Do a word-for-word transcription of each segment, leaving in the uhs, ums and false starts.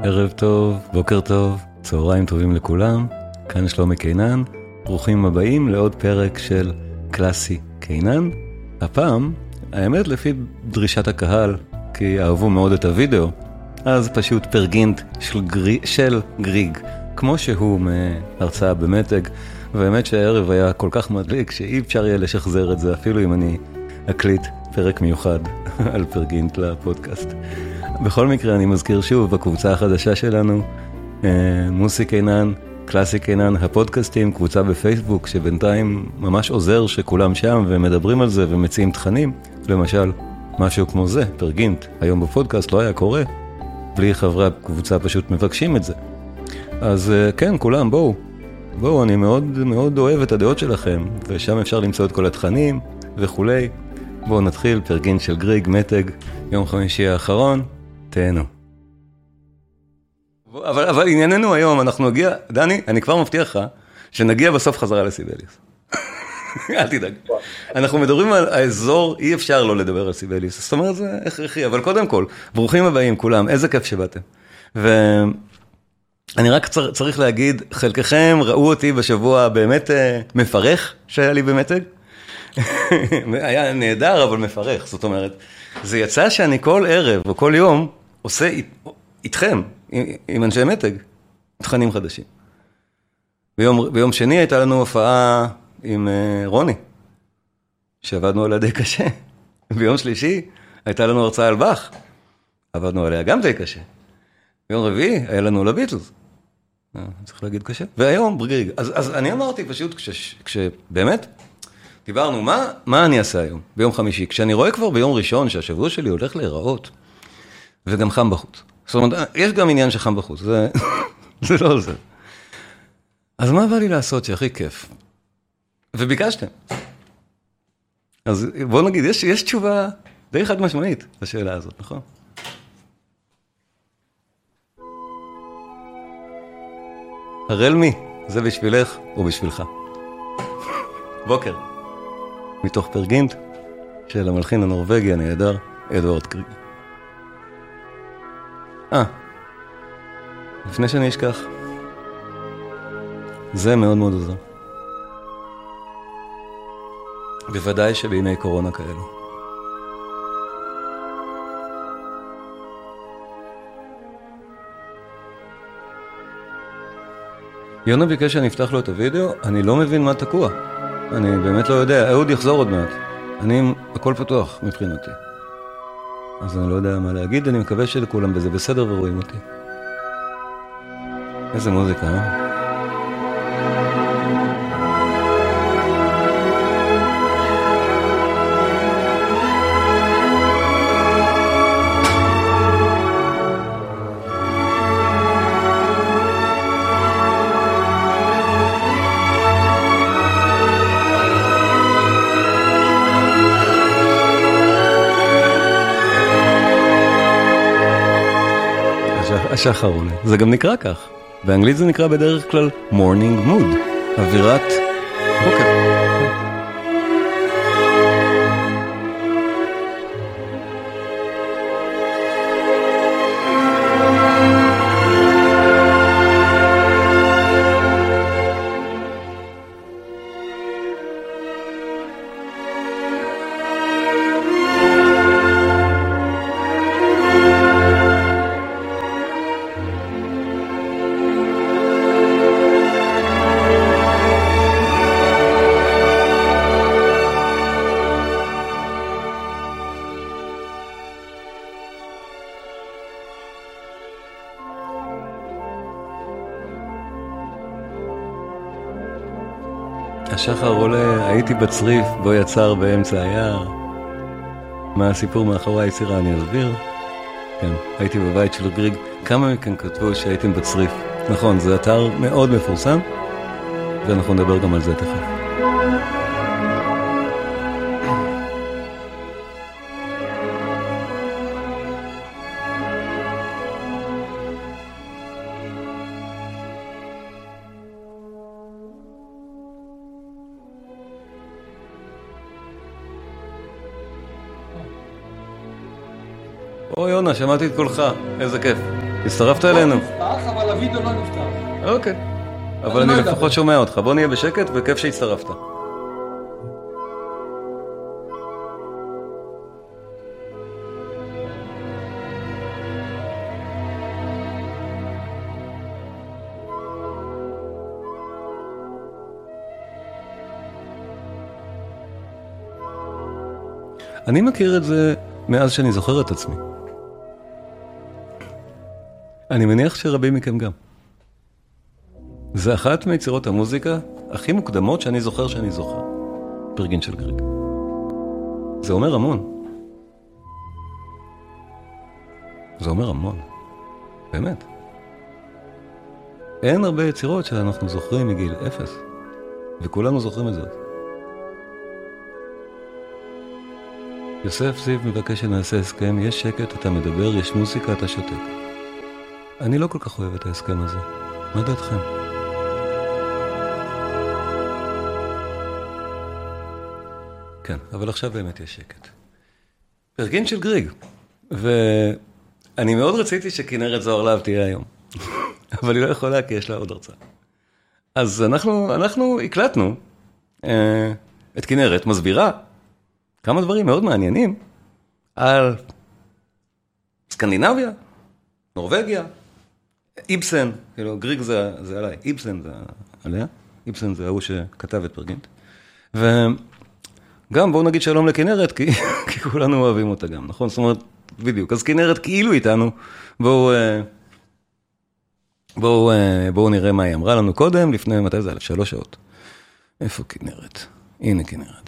ערב טוב, בוקר טוב, צהריים טובים לכולם, כאן שלומי קינן, ברוכים הבאים לעוד פרק של קלאסי קינן. הפעם, האמת לפי דרישת הקהל, כי אהבו מאוד את הוידאו, אז פשוט פרגינט של, גרי, של גריג, כמו שהוא מהרצאה במתג, והאמת שהערב היה כל כך מדליק שאי אפשר יהיה לשחזר את זה, אפילו אם אני אקליט פרק מיוחד על פרגינט לפודקאסט. בכל מקרה אני מזכיר שוב בקבוצה החדשה שלנו, מוסי קינן, קלאסי קינן, הפודקאסטים, קבוצה בפייסבוק שבינתיים ממש עוזר שכולם שם ומדברים על זה ומציעים תכנים, למשל משהו כמו זה, פרגינט, היום בפודקאסט לא היה קורה, בלי חברי הקבוצה פשוט מבקשים את זה. אז כן, כולם בואו, בואו, אני מאוד מאוד אוהב את הדעות שלכם, ושם אפשר למצוא את כל התכנים וכולי. בואו נתחיל, פרגינט של גריג, מתג, יום חמישי האחרון, תהנו. אבל, אבל ענייננו היום, אנחנו נגיע, דני, אני כבר מבטיח לך, שנגיע בסוף חזרה לסיבליוס. אל תדאג. אנחנו מדברים על האזור, אי אפשר לא לדבר על סיבליוס, זאת אומרת, זה הכרחי, אבל קודם כל, ברוכים הבאים כולם, איזה כיף שבאתם. ואני רק צר, צריך להגיד, חלקכם ראו אותי בשבוע באמת מפרך שהיה לי במתג. היה נהדר, אבל מפרך, זאת אומרת, זה יצא שאני כל ערב או כל יום עושה איתכם, עם אנשי מתג, תכנים חדשים. ביום, ביום שני הייתה לנו הופעה עם רוני, שעבדנו עליה די קשה. ביום שלישי הייתה לנו הרצאה על באך, עבדנו עליה גם די קשה. ביום רביעי היה לנו לביטלס, צריך להגיד קשה. והיום בגריג. אז, אז אני אמרתי פשוט, כש, כשבאמת, דיברנו, מה, מה אני אעשה היום, ביום חמישי? כשאני רואה כבר ביום ראשון שהשבוע שלי הולך להיראות, וגם חם בחוץ. זאת אומרת, יש גם עניין שחם בחוץ, זה, זה לא זה. אז מה בא לי לעשות שהכי כיף? וביקשתם. אז בואו נגיד, יש, יש תשובה די חד משמעית לשאלה הזאת, נכון? הרל מי, זה בשבילך ובשבילך. בוקר. מתוך פרגינט של המלחין הנורווגי הנהדר, אדוארד קריג. אה, לפני שאני אשכח, זה מאוד מאוד עוזר. בוודאי שבימי קורונה כאלו. יונה ביקש שאני אפתח לו את הוידאו, אני לא מבין מה תקוע. אני באמת לא יודע, אהוד יחזור עוד מעט. אני, הכל פתוח מבחינתי. אז אני לא יודע מה להגיד, אני מקווה שלכולם בזה בסדר ורואים אותי. איזה מוזיקה, אה? השחר עולה. זה גם נקרא כך. באנגלית זה נקרא בדרך כלל morning mood. אווירת בוקר. השחר עולה, הייתי בצריף בו יצר באמצע היער. מה הסיפור מאחורי היצירה אני אסביר? כן, הייתי בבית של גריג. כמה מכם כתבו שהייתם בצריף? נכון, זה אתר מאוד מפורסם, ואנחנו נדבר גם על זה תכף. או יונה, שמעתי את קולך, איזה כיף. הצטרפת אלינו. לא נפתח, אבל הוידאו לא נפתח. אוקיי. אבל אני לפחות שומע אותך. בוא נהיה בשקט וכיף שהצטרפת. אני מכיר את זה מאז שאני זוכר את עצמי. אני מניח שרבים מכם גם. זה אחת מיצירות המוזיקה הכי מוקדמות שאני זוכר שאני זוכר. פרגין של גריג. זה אומר המון. זה אומר המון. באמת. אין הרבה יצירות שאנחנו זוכרים מגיל אפס. וכולנו זוכרים את זה. יוסף זיו מבקש שנעשה הסכם, יש שקט, אתה מדבר, יש מוזיקה, אתה שותק. אני לא כל כך אוהב את ההסכם הזה. מה דעתכם? כן, אבל עכשיו באמת יש שקט. פרגין של גריג. ואני מאוד רציתי שכנרת זוהר להב תהיה היום. אבל היא לא יכולה כי יש לה עוד הרצאה. אז אנחנו, אנחנו הקלטנו אה, את כנרת מסבירה כמה דברים מאוד מעניינים על סקנדינביה, נורווגיה, איבסן, כאילו גריג זה, זה עליי, איבסן זה עליה, איבסן זה ההוא שכתב את פרגינט. וגם בואו נגיד שלום לכנרת, כי, כי כולנו אוהבים אותה גם, נכון? זאת אומרת, בדיוק, אז כנרת כאילו איתנו, בואו, בואו, בואו נראה מה היא אמרה לנו קודם, לפני מתי זה? שלוש שעות. איפה כנרת? הנה כנרת.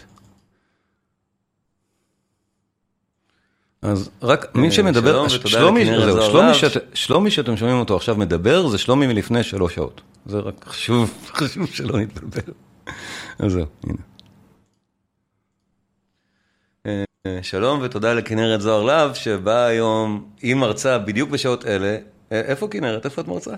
אז רק מי שמדבר, שלומי, שלומי, שלומי שאתם שומעים אותו עכשיו מדבר, זה שלומי מלפני שלוש שעות. זה רק חשוב, חשוב שלא נתבלבל. אז זהו, הנה. שלום ותודה לכנרת זוהר להב, שבאה היום, היא מרצה בדיוק בשעות אלה. איפה כנרת? איפה את מרצה?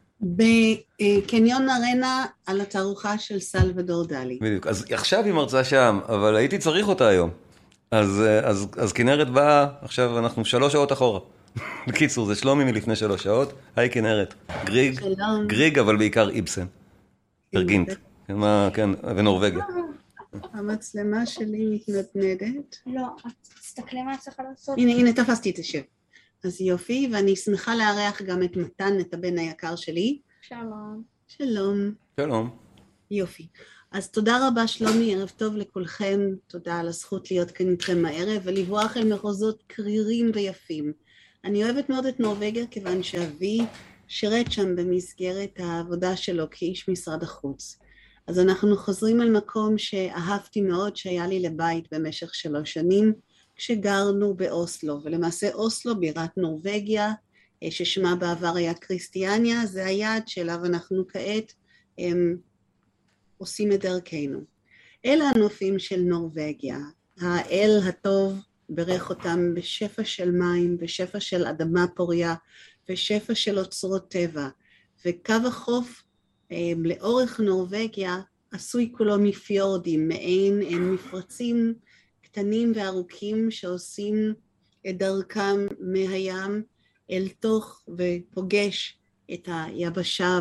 בקניון ארנה על התערוכה של סלוודור דלי. בדיוק, אז עכשיו היא מרצה שם, אבל הייתי צריך אותה היום. אז, אז, אז כנרת באה, עכשיו אנחנו שלוש שעות אחורה. בקיצור, זה שלומי מלפני שלוש שעות. היי כנרת. גריג, שלום. גריג, אבל בעיקר איבסן. פרגינט. מה, כן, ונורווגיה. המצלמה שלי מתנדנדת. לא, תסתכלי מה צריך לעשות. הנה, הנה, תפסתי את השם. אז יופי, ואני שמחה לארח גם את מתן, את הבן היקר שלי. שלום. שלום. שלום. יופי. אז תודה רבה שלומי, ערב טוב לכולכם, תודה על הזכות להיות כאן איתכם הערב ולברוח אל מחוזות קרירים ויפים. אני אוהבת מאוד את נורווגיה כיוון שאבי שירת שם במסגרת העבודה שלו כאיש משרד החוץ. אז אנחנו חוזרים על מקום שאהבתי מאוד שהיה לי לבית במשך שלוש שנים כשגרנו באוסלו, ולמעשה אוסלו בירת נורווגיה ששמה בעבר היה קריסטיאניה, זה היעד שאליו אנחנו כעת הם, עושים את דרכנו. אלה הנופים של נורווגיה, האל הטוב ברך אותם בשפע של מים, בשפע של אדמה פוריה, ושפע של אוצרות טבע, וקו החוף הם, לאורך נורווגיה עשוי כולו מפיורדים, מעין הם מפרצים קטנים וארוכים שעושים את דרכם מהים אל תוך ופוגש את היבשה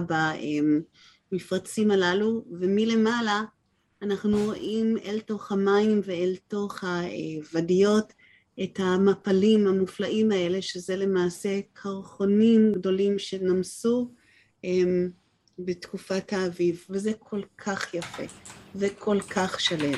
במפרצים הללו, ומלמעלה אנחנו רואים אל תוך המים ואל תוך הוודיות את המפלים המופלאים האלה, שזה למעשה קרחונים גדולים שנמסו בתקופת האביב, וזה כל כך יפה וכל כך שלם.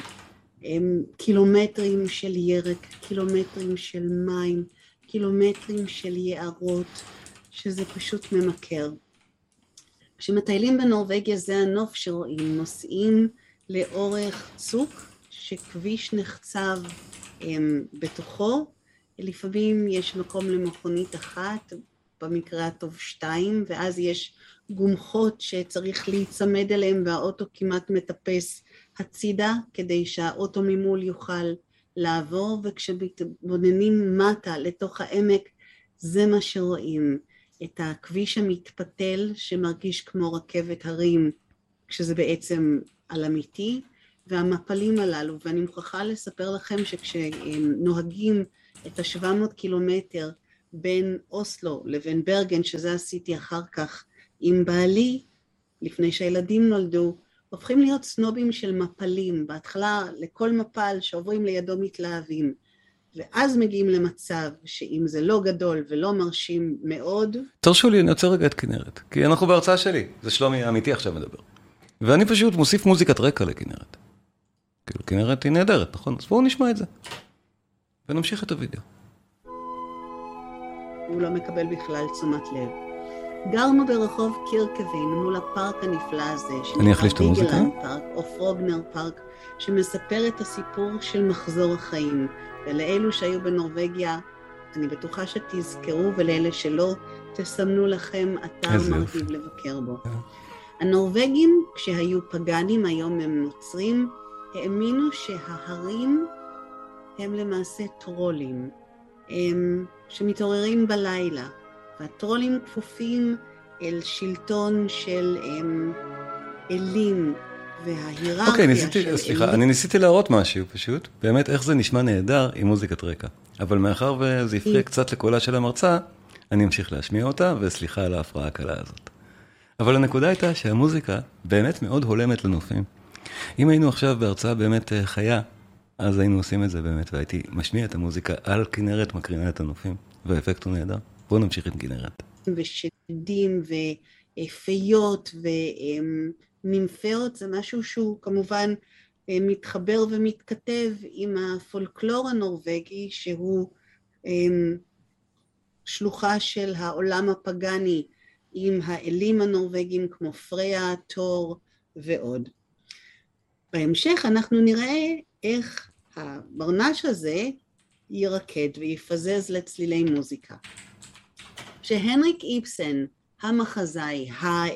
קילומטרים של ירק, קילומטרים של מים, קילומטרים של יערות, שזה פשוט ממכר. כשמטיילים בנורווגיה זה הנוף שרואים, נוסעים לאורך צוק שכביש נחצב הם, בתוכו, לפעמים יש מקום למכונית אחת, במקרה הטוב שתיים, ואז יש גומחות שצריך להיצמד אליהם והאוטו כמעט מטפס הצידה כדי שהאוטו ממול יוכל לעבור, וכשמתבוננים מטה לתוך העמק זה מה שרואים, את הכביש המתפתל שמרגיש כמו רכבת הרים כשזה בעצם על אמיתי, והמפלים הללו, ואני מוכרחה לספר לכם שכשנוהגים את ה-שבע מאות קילומטר בין אוסלו לבין ברגן, שזה עשיתי אחר כך עם בעלי, לפני שהילדים נולדו, הופכים להיות סנובים של מפלים. בהתחלה לכל מפל שעוברים לידו מתלהבים. ואז מגיעים למצב שאם זה לא גדול ולא מרשים מאוד... תרשו לי, אני יוצא רגע את כנרת, כי אנחנו בהרצאה שלי, זה שלומי האמיתי עכשיו מדבר. ואני פשוט מוסיף מוזיקת רקע לכנרת. כאילו, כנרת היא נהדרת, נכון? אז בואו נשמע את זה. ונמשיך את הוידאו. הוא לא מקבל בכלל תשומת לב. גרנו ברחוב קירקווין מול הפארק הנפלא הזה, אני אחליש את המוזיקה? ביגלנד פארק או פרוגנר פארק, שמספר את הסיפור של מחזור החיים. ולאלו שהיו בנורווגיה, אני בטוחה שתזכרו, ולאלה שלא, תסמנו לכם אתר מרטיב לבקר בו. הנורווגים, כשהיו פגנים, היום הם נוצרים, האמינו שההרים הם למעשה טרולים, הם שמתעוררים בלילה, והטרולים כפופים אל שלטון של הם, אלים, וההיררכיה אוקיי, ניסיתי, של סליחה, אלים. אני ניסיתי להראות משהו פשוט, באמת איך זה נשמע נהדר עם מוזיקת רקע. אבל מאחר וזה יפריע קצת לקולה של המרצה, אני אמשיך להשמיע אותה, וסליחה על ההפרעה הקלה הזאת. אבל הנקודה הייתה שהמוזיקה באמת מאוד הולמת לנופים. אם היינו עכשיו בהרצאה באמת חיה, אז היינו עושים את זה באמת, והייתי משמיע את המוזיקה על כנרת, מקרינה את הנופים, והאפקט הוא נהדר. בואו נמשיך עם כנרת. ושדים ופיות ונימפיות, זה משהו שהוא כמובן מתחבר ומתכתב עם הפולקלור הנורווגי, שהוא שלוחה של העולם הפגני, עם האלים הנורווגים כמו פריה, תור ועוד. בהמשך אנחנו נראה איך הברנש הזה ירקד ויפזז לצלילי מוזיקה. שהנריק איבסן, המחזאי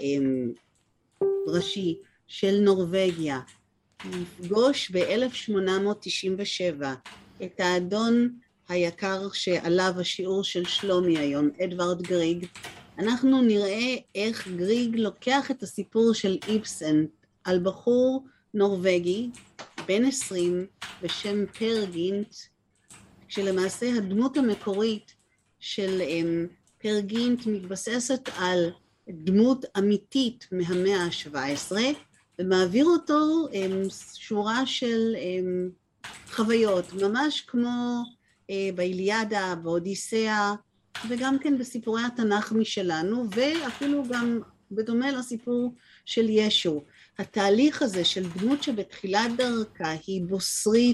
הראשי של נורווגיה, יפגוש ב-אלף שמונה מאות תשעים ושבע את האדון היקר שעליו השיעור של שלומי היום, אדוארד גריג, אנחנו נראה איך גריג לוקח את הסיפור של איבסן על בחור נורווגי, בן עשרים, בשם פר גינט, שלמעשה הדמות המקורית של פר גינט מתבססת על דמות אמיתית מהמאה ה-שבע עשרה, ומעביר אותו שורה של חוויות, ממש כמו באיליאדה, באודיסאה, וגם כן בסיפורי התנ"ך משלנו, ואפילו גם בדומה לסיפור של ישו. התהליך הזה של דמות שבתחילת דרכה היא בוסרית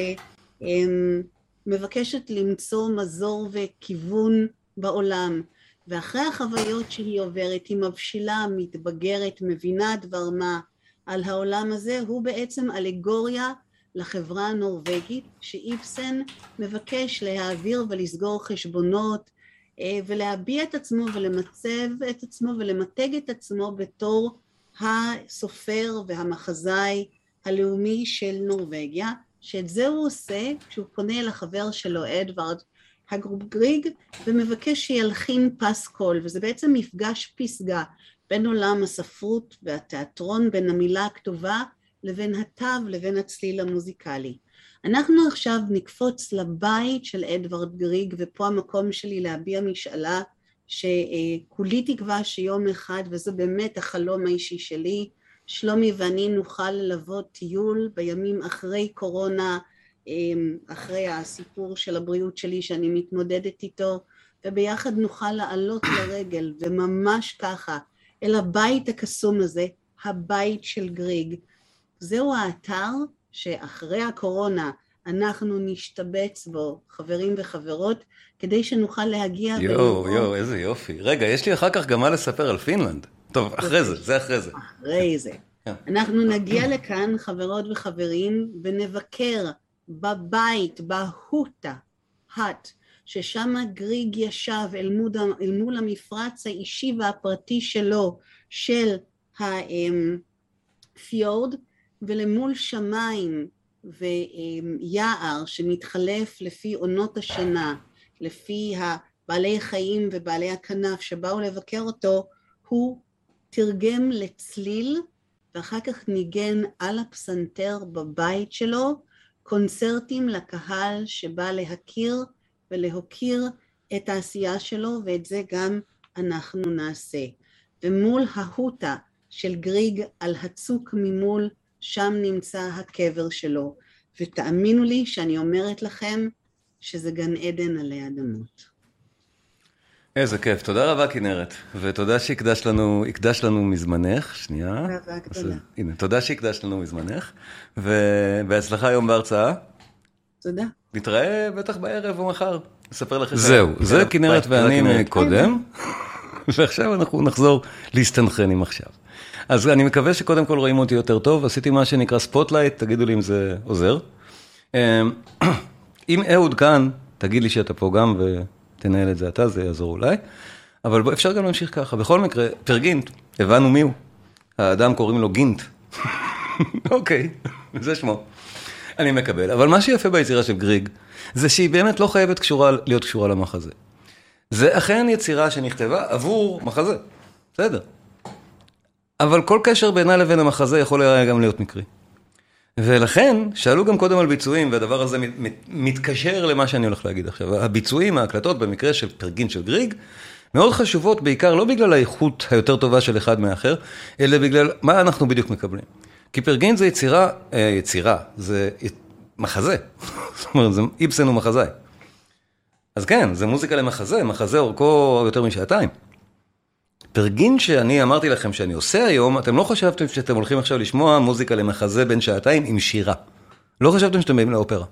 ומבקשת למצוא מזור וכיוון בעולם, ואחרי החוויות שהיא עוברת היא מבשילה, מתבגרת, מבינה דבר מה על העולם הזה, הוא בעצם אלגוריה לחברה הנורווגית, שאיבסן מבקש להעביר ולסגור חשבונות, ולהביע את עצמו ולמצב את עצמו ולמתג את עצמו בתור הסופר והמחזאי הלאומי של נורווגיה, שאת זה הוא עושה כשהוא פונה אל החבר שלו אדוארד הגריג ומבקש שילחין פסקול, וזה בעצם מפגש פסגה בין עולם הספרות והתיאטרון, בין המילה הכתובה לבין התו לבין הצליל המוזיקלי. אנחנו עכשיו נקפוץ לבית של אדוארד גריג, ופה המקום שלי להביע משאלה שכולי תקווה שיום אחד, וזה באמת החלום האישי שלי, שלומי ואני נוכל ללוות טיול בימים אחרי קורונה, אחרי הסיפור של הבריאות שלי שאני מתמודדת איתו, וביחד נוכל לעלות לרגל, וממש ככה, אל הבית הקסום הזה, הבית של גריג. זהו האתר שאחרי הקורונה אנחנו נשתבץ בו, חברים וחברות, כדי שנוכל להגיע... יואו, יואו, איזה יופי. רגע, יש לי אחר כך גם מה לספר על פינלנד. טוב, אחרי זה, זה אחרי זה. אחרי זה. אנחנו נגיע לכאן, חברות וחברים, ונבקר בבית, בהוטה, הט, ששם גריג ישב אל מול, אל מול המפרץ האישי והפרטי שלו, של הפיורד, ולמול שמיים ויער שמתחלף לפי עונות השנה, לפי בעלי חיים ובעלי הכנף שבאו לבקר אותו, הוא תרגם לצליל, ואחר כך ניגן על הפסנתר בבית שלו, קונצרטים לקהל שבא להכיר ולהוקיר את העשייה שלו, ואת זה גם אנחנו נעשה. ומול ההוטה של גריג על הצוק ממול, שם נמצא הקבר שלו. ותאמינו לי שאני אומרת לכם שזה גן עדן עלי אדמות. איזה כיף, תודה רבה כנרת, ותודה שהקדש לנו, הקדש לנו מזמנך, שנייה. רבה גדולה. הנה, תודה שהקדש לנו מזמנך, ובהצלחה היום בהרצאה. תודה. נתראה בטח בערב או מחר, נספר לך. זהו, זה כנרת ואני קודם, ועכשיו אנחנו נחזור להסתנכרן עם עכשיו. אז אני מקווה שקודם כל רואים אותי יותר טוב, עשיתי מה שנקרא ספוטלייט, תגידו לי אם זה עוזר. אם אהוד כאן, תגיד לי שאתה פה גם ותנהל את זה אתה, זה יעזור אולי, אבל אפשר גם להמשיך ככה. בכל מקרה, פרגינט, הבנו מי הוא. האדם קוראים לו גינט. אוקיי, זה שמו. אני מקבל. אבל מה שיפה ביצירה של גריג, זה שהיא באמת לא חייבת קשורה, להיות קשורה למחזה. זה אכן יצירה שנכתבה עבור מחזה. בסדר. אבל כל קשר בינה לבין המחזה יכול היה גם להיות מקרי. ולכן, שאלו גם קודם על ביצועים, והדבר הזה מתקשר למה שאני הולך להגיד עכשיו. הביצועים, ההקלטות במקרה של פרגינט של גריג, מאוד חשובות בעיקר לא בגלל האיכות היותר טובה של אחד מהאחר, אלא בגלל מה אנחנו בדיוק מקבלים. כי פרגינט זה יצירה, יצירה, זה מחזה. זאת אומרת, זה איבסן ומחזאי. אז כן, זה מוזיקה למחזה, מחזה אורכו יותר משעתיים. פרגינט שאני אמרתי לכם שאני עושה היום, אתם לא חשבתם שאתם הולכים עכשיו לשמוע מוזיקה למחזה בין שעתיים עם שירה. לא חשבתם שאתם באים לאופרה.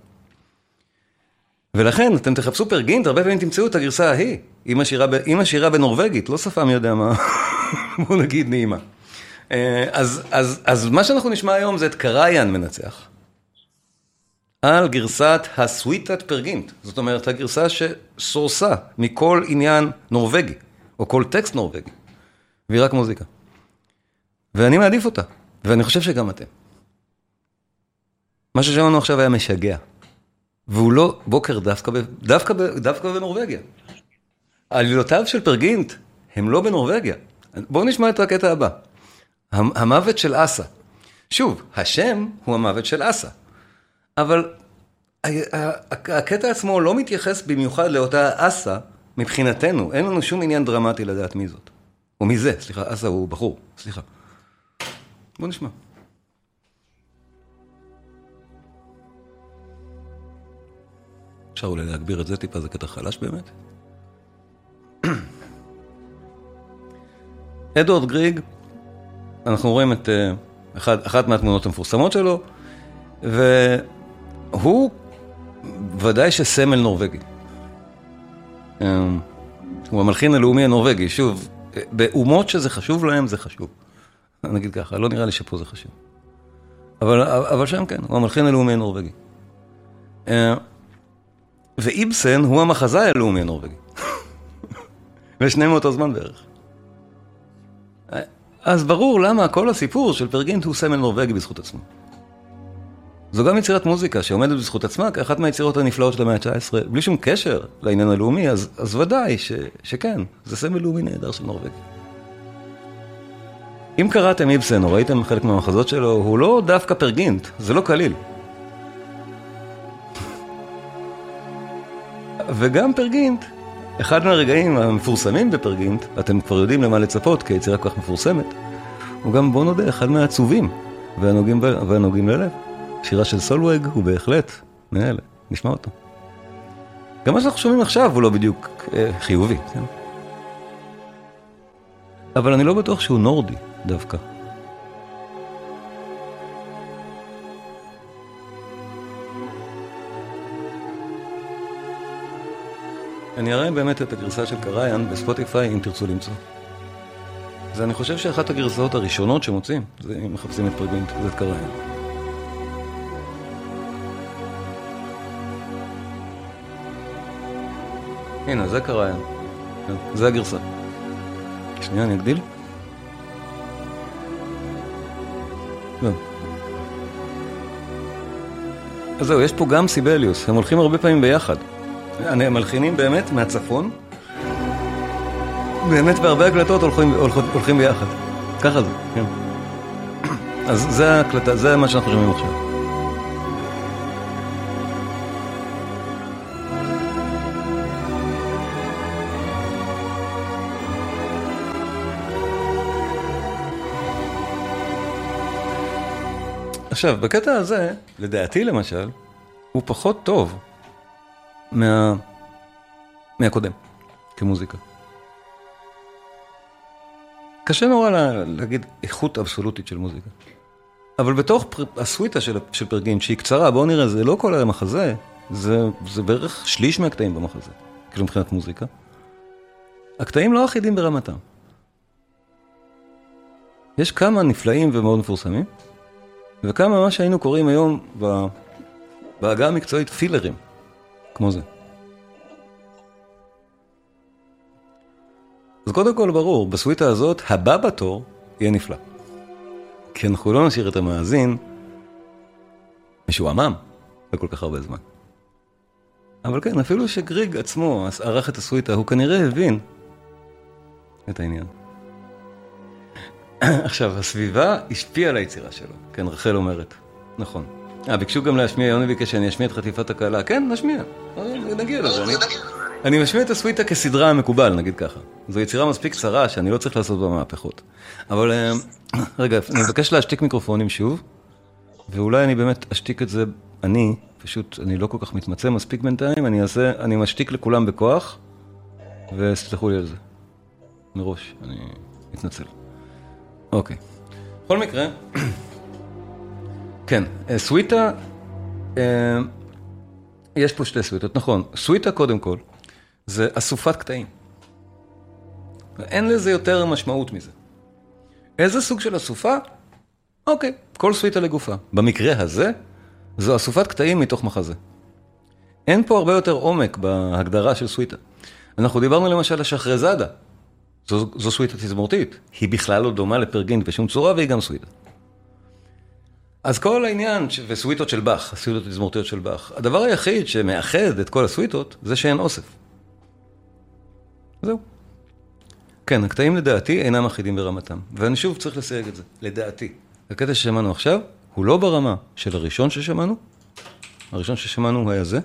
ולכן, אתם תחפשו פרגינט, הרבה פעמים תמצאו את הגרסה ההיא, עם השירה, עם השירה בנורווגית, לא שפה מי יודע מה, בוא נגיד נעימה. אז, אז, אז מה שאנחנו נשמע היום זה את קריין מנצח. על גרסת הסוויטת פרגינט. זאת אומרת, הגרסה שסורסה מכל עניין נורווגי, או כל טקסט נורווגי. והיא רק מוזיקה. ואני מעדיף אותה. ואני חושב שגם אתם. מה ששמענו עכשיו היה משגע. והוא לא בוקר דווקא, דווקא, דווקא בנורווגיה. עלילותיו של פרגינט הם לא בנורווגיה. בואו נשמע את הקטע הבא. המוות של אסה. שוב, השם הוא המוות של אסה. אבל הקטע עצמו לא מתייחס במיוחד לאותה אסה מבחינתנו. אין לנו שום עניין דרמטי לדעת מי זאת. או מי זה, סליחה, אסה הוא בחור, סליחה. בואו נשמע. אפשר אולי להגביר את זה טיפה, זה קטע חלש באמת. אדוארד גריג, אנחנו רואים את אחד, אחת מהתמונות המפורסמות שלו, והוא ודאי שסמל נורווגי. הוא המלחין הלאומי הנורווגי, שוב, באומות שזה חשוב להם, זה חשוב. נגיד ככה, לא נראה לי שפה זה חשוב. אבל, אבל שם כן, הוא המלחין הלאומי הנורווגי. ואיבסן הוא המחזאי הלאומי הנורווגי. ושניהם מאותו זמן בערך. אז ברור למה כל הסיפור של פרגינט הוא סמל נורווגי בזכות עצמו. זו גם יצירת מוזיקה שעומדת בזכות עצמה, כאחת מהיצירות הנפלאות של המאה ה-תשע עשרה, בלי שום קשר לעניין הלאומי, אז, אז ודאי ש, שכן, זה סמל לאומי נהדר של נורווגי. אם קראתם איבסן או ראיתם חלק מהמחזות שלו, הוא לא דווקא פרגינט, זה לא קליל. וגם פרגינט, אחד מהרגעים המפורסמים בפרגינט, אתם כבר יודעים למה לצפות, כי היצירה כל כך מפורסמת, הוא גם, בוא נודה, אחד מהעצובים והנוגעים, והנוגעים ללב. שירה של סולוויג הוא בהחלט נהל, נשמע אותו. גם מה שאנחנו שומעים עכשיו הוא לא בדיוק אה, חיובי. כן? אבל אני לא בטוח שהוא נורדי דווקא. אני אראה באמת את הגרסה של קריין בספוטיפיי אם תרצו למצוא. זה אני חושב שאחת הגרסאות הראשונות שמוצאים, זה אם מחפשים את פרגינט, זה את קריין. הנה, זה קריין. זה הגרסה. שנייה, אני אגדיל. אז זהו, יש פה גם סיבליוס. הם הולכים הרבה פעמים ביחד. הם מלחינים באמת מהצפון. באמת בהרבה הקלטות הולכים, הולכים, הולכים ביחד. ככה זה, כן. אז זה הקלטה, זה מה שאנחנו שומעים עכשיו. עכשיו, בקטע הזה, לדעתי למשל, הוא פחות טוב מה... מהקודם, כמוזיקה. קשה נורא לה, להגיד איכות אבסולוטית של מוזיקה. אבל בתוך פר... הסוויטה של, של פרגינט, שהיא קצרה, בואו נראה, זה לא כל המחזה, זה, זה בערך שליש מהקטעים במחזה, כאילו מבחינת מוזיקה. הקטעים לא אחידים ברמתם. יש כמה נפלאים ומאוד מפורסמים, וכמה מה שהיינו קוראים היום בהגה המקצועית פילרים, כמו זה. אז קודם כל ברור, בסוויטה הזאת, הבא בתור יהיה נפלא. כי אנחנו לא נשאיר את המאזין משועמם בכל כך הרבה זמן. אבל כן, אפילו שגריג עצמו ערך את הסוויטה, הוא כנראה הבין את העניין. עכשיו, הסביבה השפיעה על היצירה שלו. כן, רחל אומרת. נכון. אה, ביקשו גם להשמיע, יוני ביקש שאני אשמיע את חטיפת הקהלה. כן, נשמיע. נגיע לזה. אני, אני משמיע את הסוויטה כסדרה המקובל, נגיד ככה. זו יצירה מספיק קצרה שאני לא צריך לעשות בה מהפכות. אבל, רגע, אני מבקש להשתיק מיקרופונים שוב, ואולי אני באמת אשתיק את זה, אני, פשוט, אני לא כל כך מתמצא מספיק בינתיים, אני אעשה, אני משתיק לכולם בכוח, וסלחו לי על זה. מראש, אני מתנצל. אוקיי. בכל מקרה, כן, סוויטה, יש פה שתי סוויטות, נכון. סוויטה קודם כל, זה אסופת קטעים. אין לזה יותר משמעות מזה. איזה סוג של אסופה? אוקיי, כל סוויטה לגופה. במקרה הזה, זו אסופת קטעים מתוך מחזה. אין פה הרבה יותר עומק בהגדרה של סוויטה. אנחנו דיברנו למשל על שחרזאדה. זו, זו סוויטה תזמורתית. היא בכלל לא דומה לפרגינט בשום צורה, והיא גם סוויטה. אז כל העניין, וסוויטות של באך, הסוויטות תזמורתיות של באך, הדבר היחיד שמאחד את כל הסוויטות, זה שאין אוסף. זהו. כן, הקטעים לדעתי אינם אחידים ברמתם. ואני שוב צריך לסייג את זה. לדעתי. הקטע ששמענו עכשיו, הוא לא ברמה של הראשון ששמענו. הראשון ששמענו היה זה.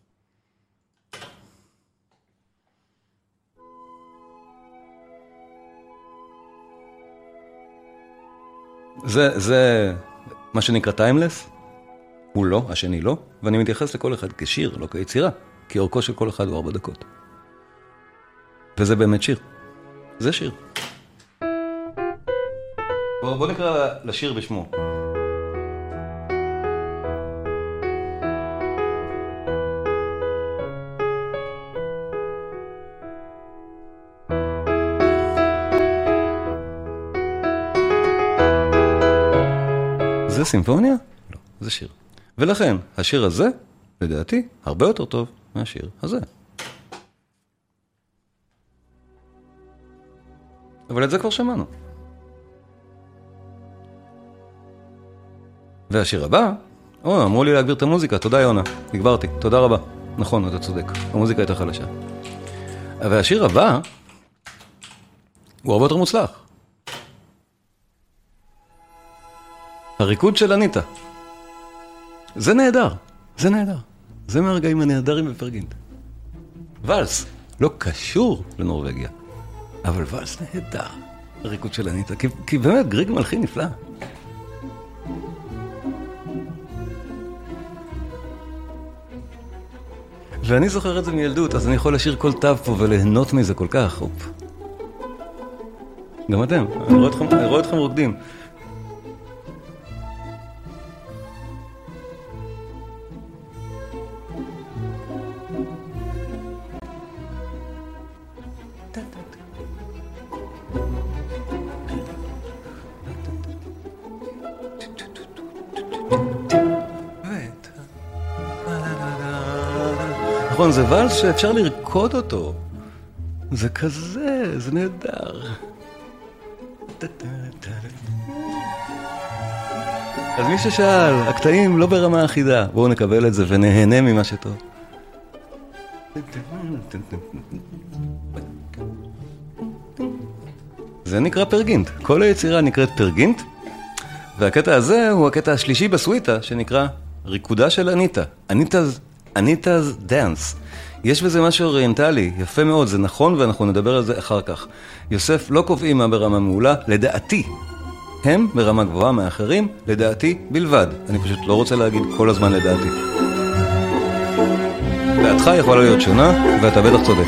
זה, זה מה שנקרא טיימלס. הוא לא, השני לא. ואני מתייחס לכל אחד כשיר, לא כיצירה. כי אורכו של כל אחד הוא ארבע דקות. וזה באמת שיר. זה שיר. בוא, בוא נקרא לשיר בשמו. זה סימפוניה? לא, זה שיר. ולכן, השיר הזה, לדעתי, הרבה יותר טוב מהשיר הזה. אבל את זה כבר שמענו. והשיר הבא, או, אמרו לי להגביר את המוזיקה, תודה יונה, הגברתי, תודה רבה. נכון, אתה צודק, המוזיקה הייתה חלשה. והשיר הבא, הוא הרבה יותר מוצלח. הריקוד של אניטה. זה נהדר, זה נהדר. זה מהרגעים הנהדרים בפרגינט. ולס, לא קשור לנורווגיה. אבל ולס נהדר, הריקוד של אניטה, כי, כי באמת גריג מלחין נפלא. ואני זוכר את זה מילדות, אז אני יכול לשיר כל תו פה וליהנות מזה כל כך. אופ. גם אתם, אני רואה אתכם, אני רואה אתכם רוקדים. נכון, זה ולס שאפשר לרקוד אותו. זה כזה, זה נהדר. אז מי ששאל, הקטעים לא ברמה אחידה. בואו נקבל את זה ונהנה ממה שטוב. זה נקרא פרגינט. כל היצירה נקראת פרגינט. והקטע הזה הוא הקטע השלישי בסוויטה, שנקרא ריקודה של אניטה. אניטה's, אניטה's dance. יש בזה משהו אוריינטלי, יפה מאוד, זה נכון, ואנחנו נדבר על זה אחר כך. יוסף לא קובעים מה ברמה מעולה, לדעתי. הם ברמה גבוהה מאחרים, לדעתי בלבד. אני פשוט לא רוצה להגיד כל הזמן לדעתי. דעתך יכולה להיות שונה, ואתה בטח צודק.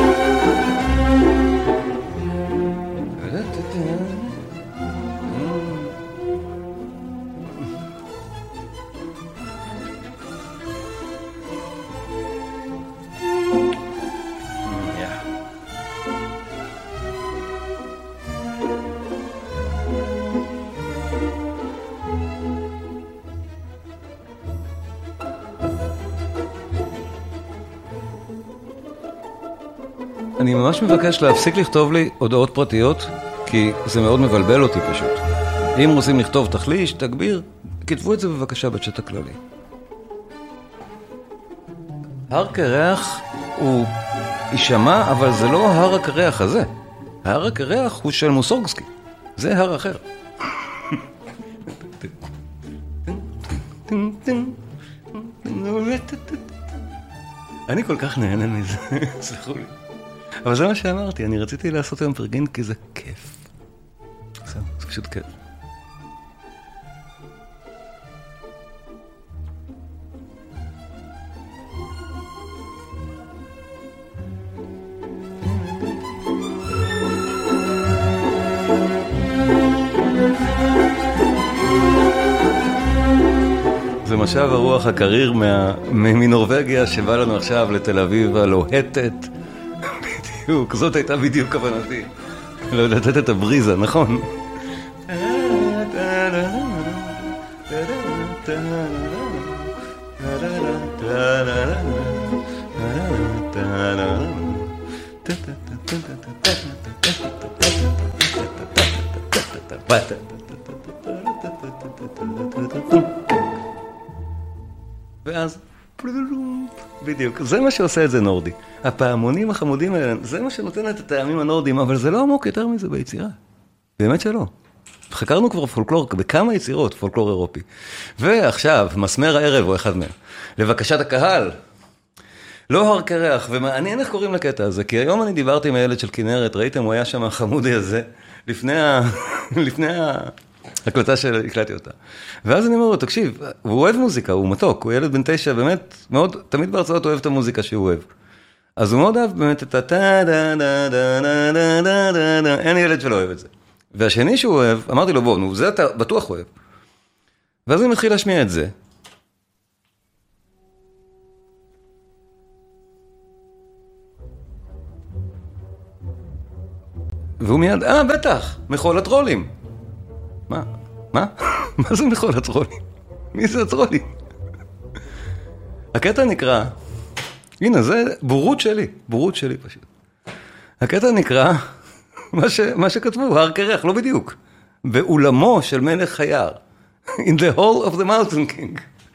אני ממש מבקש להפסיק לכתוב לי הודעות פרטיות, כי זה מאוד מבלבל אותי פשוט. אם רוצים לכתוב תחליש, תגביר, כתבו את זה בבקשה בצ'אט הכללי. הר קרח הוא יישמע, אבל זה לא הר הקרח הזה. הר הקרח הוא של מוסורגסקי. זה הר אחר. אני כל כך נהנה מזה, סליחו לי. אבל זה מה שאמרתי, אני רציתי לעשות היום פרגין כי זה כיף. זה, זה פשוט כיף. זה משב הרוח הקריר מה, מנורווגיה שבא לנו עכשיו לתל אביב הלוהטת. בדיוק, זאת הייתה בדיוק כוונתי. לא לתת את הבריזה, נכון? ואז בדיוק, זה מה שעושה את זה נורדי. הפעמונים החמודים האלה, זה מה שנותן את הטעמים הנורדים, אבל זה לא עמוק יותר מזה ביצירה. באמת שלא. חקרנו כבר פולקלור בכמה יצירות, פולקלור אירופי. ועכשיו, מסמר הערב הוא אחד מהם. לבקשת הקהל, לא הר קרח, ומעניין איך קוראים לקטע הזה, כי היום אני דיברתי עם הילד של כנרת, ראיתם, הוא היה שם החמודי הזה, לפני ה... לפני ה... הקלטה שהקלטתי אותה. ואז אני אומר לו, תקשיב, הוא אוהב מוזיקה, הוא מתוק, הוא ילד בן תשע, באמת, מאוד, תמיד בהרצאות אוהב את המוזיקה שהוא אוהב. אז הוא מאוד אוהב באמת את ה-טה-דה-דה-דה-דה-דה-דה-דה, אין ילד שלא אוהב את זה. והשני שהוא אוהב, אמרתי לו, בוא, נו, זה אתה בטוח אוהב. ואז הוא מתחיל להשמיע את זה. והוא מיד, אה, בטח, מחול הטרולים. מה? מה? מה זה מחול הטרולים? מי זה הטרולים? הקטע נקרא, הנה זה בורות שלי, בורות שלי פשוט. הקטע נקרא, מה, ש, מה שכתבו, הר קרח, לא בדיוק. באולמו של מלך חייר. In the hall of the mountain king.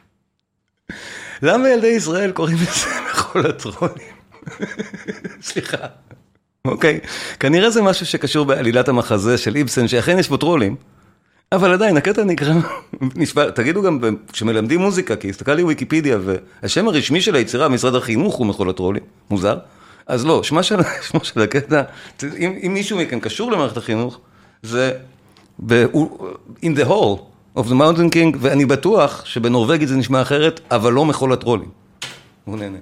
למה ילדי ישראל קוראים לזה מחול הטרולים? סליחה. אוקיי, כנראה זה משהו שקשור בעלילת המחזה של איבסן, שאכן יש בו טרולים. אבל עדיין, הקטע נקרא, נשמע, תגידו גם כשמלמדים מוזיקה, כי הסתכל לי וויקיפדיה, והשם הרשמי של היצירה, משרד החינוך הוא מחול הטרולים, מוזר. אז לא, שמה של, שמה של הקטע, אם, אם מישהו מכן קשור למערכת החינוך, זה ב, in the hall of the mountain king, ואני בטוח שבנורווגית זה נשמע אחרת, אבל לא מחול הטרולים. הוא נהנה.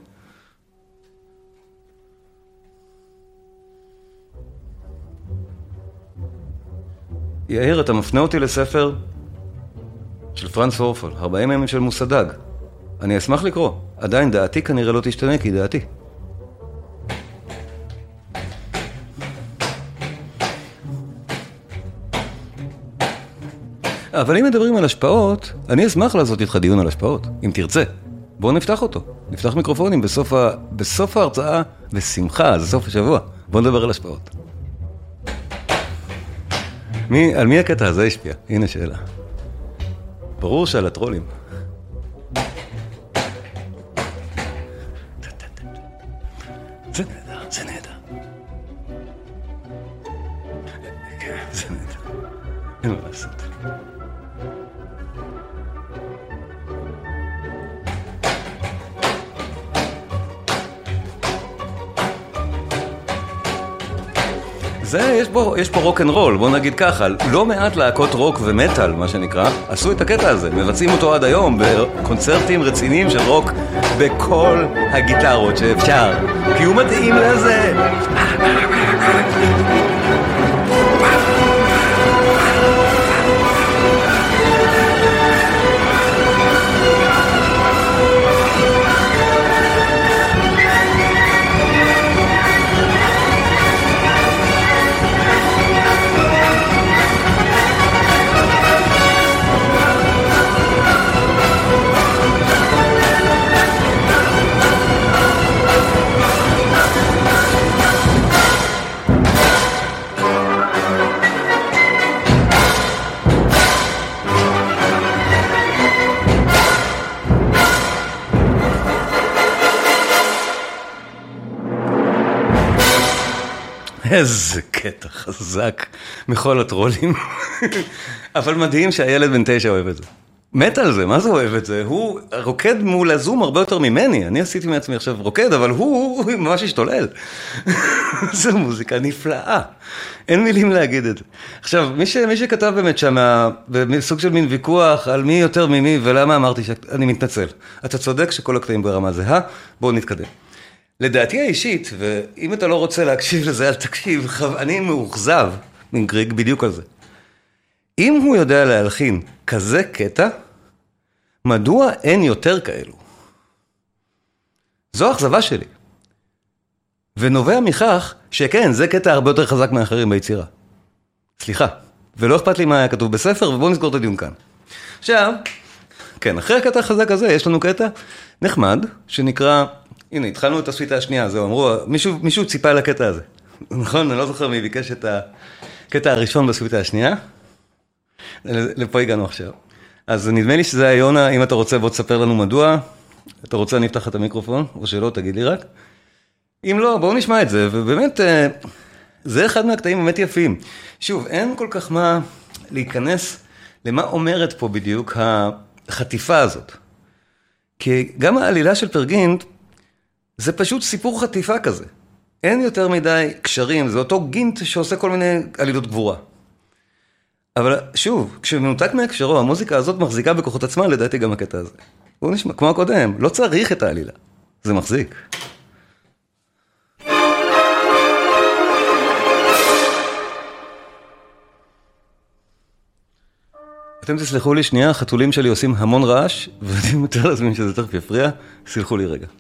יאיר, אתה מפנה אותי לספר של פרנץ וורפל, ארבעים ימים של מוסדג. אני אשמח לקרוא. עדיין דעתי כנראה לא תשתנה, כי דעתי. אבל אם מדברים על השפעות, אני אשמח לעשות איתך דיון על השפעות, אם תרצה. בואו נפתח אותו. נפתח מיקרופונים בסוף, ה... בסוף ההרצאה, בשמחה, זה סוף השבוע. בואו נדבר על השפעות. מי, על מי הקטע הזה השפיע? הנה שאלה. ברור שעל הטרולים. זה נהדר, זה נהדר. זה נהדר. אין מה לעשות. זה, יש פה, יש פה רוק אנד רול, בוא נגיד ככה, לא מעט להקות רוק ומטל, מה שנקרא, עשו את הקטע הזה, מבצעים אותו עד היום בקונצרטים רציניים של רוק בכל הגיטרות שאפשר, כי הוא מתאים לזה. איזה קטע חזק מכל הטרולים. אבל מדהים שהילד בן תשע אוהב את זה. מת על זה, מה זה אוהב את זה? הוא רוקד מול הזום הרבה יותר ממני. אני עשיתי מעצמי עכשיו רוקד, אבל הוא, הוא ממש השתולל. זו מוזיקה נפלאה. אין מילים להגיד את זה. עכשיו, מי, ש, מי שכתב באמת שם, בסוג של מין ויכוח על מי יותר ממי, ולמה אמרתי שאני מתנצל. אתה צודק שכל הקטעים ברמה זהה, בואו נתקדם. לדעתי האישית, ואם אתה לא רוצה להקשיב לזה, אל תקשיב, אני מאוכזב מגריג בדיוק על זה. אם הוא יודע להלחין כזה קטע, מדוע אין יותר כאלו? זו האכזבה שלי. ונובע מכך שכן, זה קטע הרבה יותר חזק מאחרים ביצירה. סליחה, ולא אכפת לי מה היה כתוב בספר, ובואו נסגור את הדיון כאן. עכשיו, כן, אחרי הקטע החזק הזה, יש לנו קטע נחמד, שנקרא... הנה, התחלנו את הסוויטה השנייה, זהו, אמרו, מישהו, מישהו ציפה לקטע הזה. נכון, אני לא זוכר מי ביקש את הקטע הראשון בסוויטה השנייה. לפה הגענו עכשיו. אז נדמה לי שזה היה יונה, אם אתה רוצה, בוא תספר לנו מדוע. אתה רוצה, אני אפתח את המיקרופון, או שלא, תגיד לי רק. אם לא, בואו נשמע את זה, ובאמת, זה אחד מהקטעים באמת יפים. שוב, אין כל כך מה להיכנס למה אומרת פה בדיוק החטיפה הזאת. כי גם העלילה של פרגינט, זה פשוט סיפור חטיפה כזה. אין יותר מדי קשרים, זה אותו גינט שעושה כל מיני עלילות גבורה. אבל שוב, כשמנותק מהקשרו, המוזיקה הזאת מחזיקה בכוחות עצמה, לדעתי גם הקטע הזה. הוא נשמע כמו הקודם, לא צריך את העלילה. זה מחזיק. אתם תסלחו לי שנייה, החתולים שלי עושים המון רעש, ואני מתאר להזמין שזה תכף יפריע, סלחו לי רגע.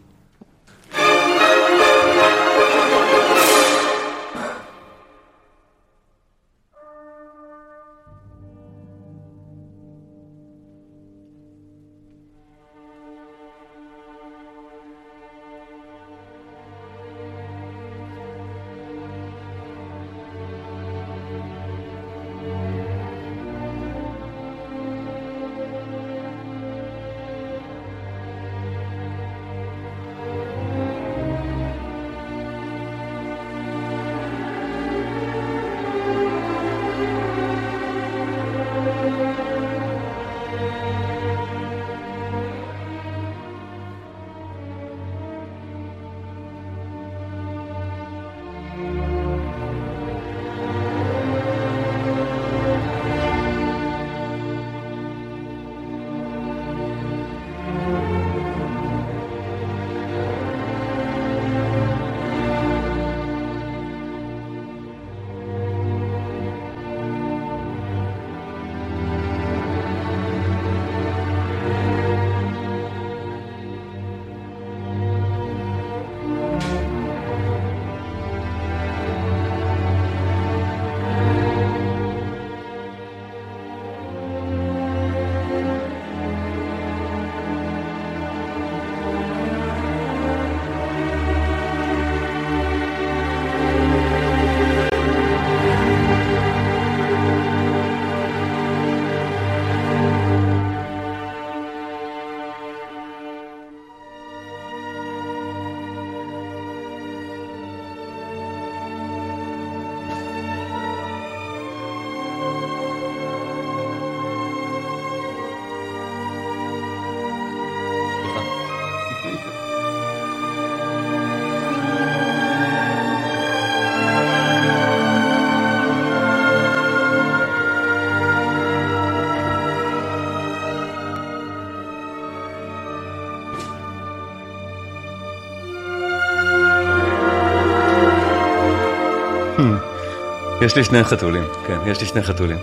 יש לי שני חתולים, כן, יש לי שני חתולים.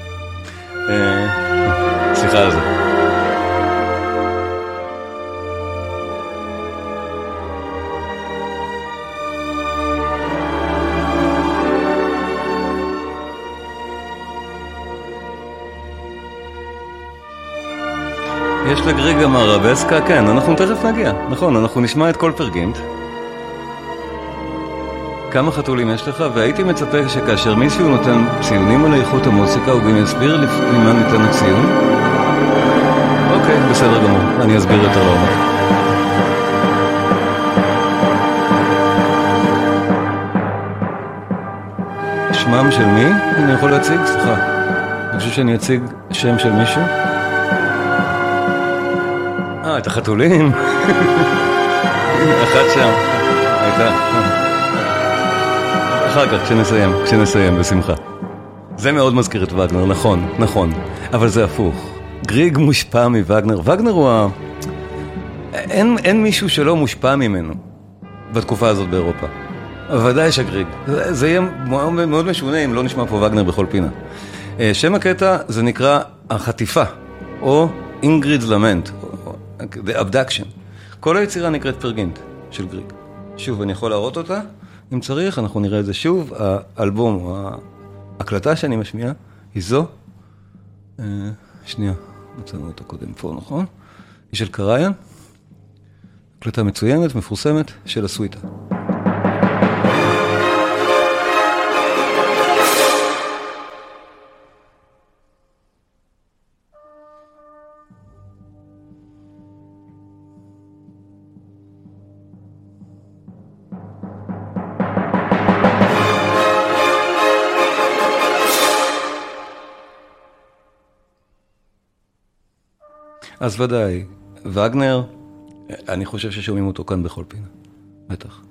סליחה על זה. יש לגריג גם הרבסקה, כן, אנחנו תכף נגיע. נכון, אנחנו נשמע את כל פרגינט. כמה חתולים יש לך, והייתי מצפה שכאשר מישהו נותן ציונים על איכות המוזיקה, הוא גם יסביר למה ניתן הציון. אוקיי, בסדר גמור, אני אסביר יותר לעומק. שמם של מי? אני יכול להציג? סליחה. אני חושב שאני אציג שם של מישהו. אה, את החתולים. אחת שם. הייתה. אחר כך, כשנסיים, כשנסיים, בשמחה. זה מאוד מזכיר את וגנר, נכון, נכון. אבל זה הפוך. גריג מושפע מווגנר. וגנר הוא ה... אין, אין מישהו שלא מושפע ממנו בתקופה הזאת באירופה. ודאי שגריג. זה, זה יהיה מאוד, מאוד משונה אם לא נשמע פה וגנר בכל פינה. שם הקטע זה נקרא החטיפה, או אינגריד's Lament, The Abduction. כל היצירה נקראת פרגינט של גריג. שוב, אני יכול להראות אותה. אם צריך, אנחנו נראה את זה שוב. האלבום, ההקלטה שאני משמיע, היא זו. שנייה, מצאנו אותה קודם פה, נכון? היא של קריין. הקלטה מצוינת, מפורסמת, של הסוויטה. אז ודאי, וגנר, אני חושב ששומעים אותו כאן בכל פינה, בטח.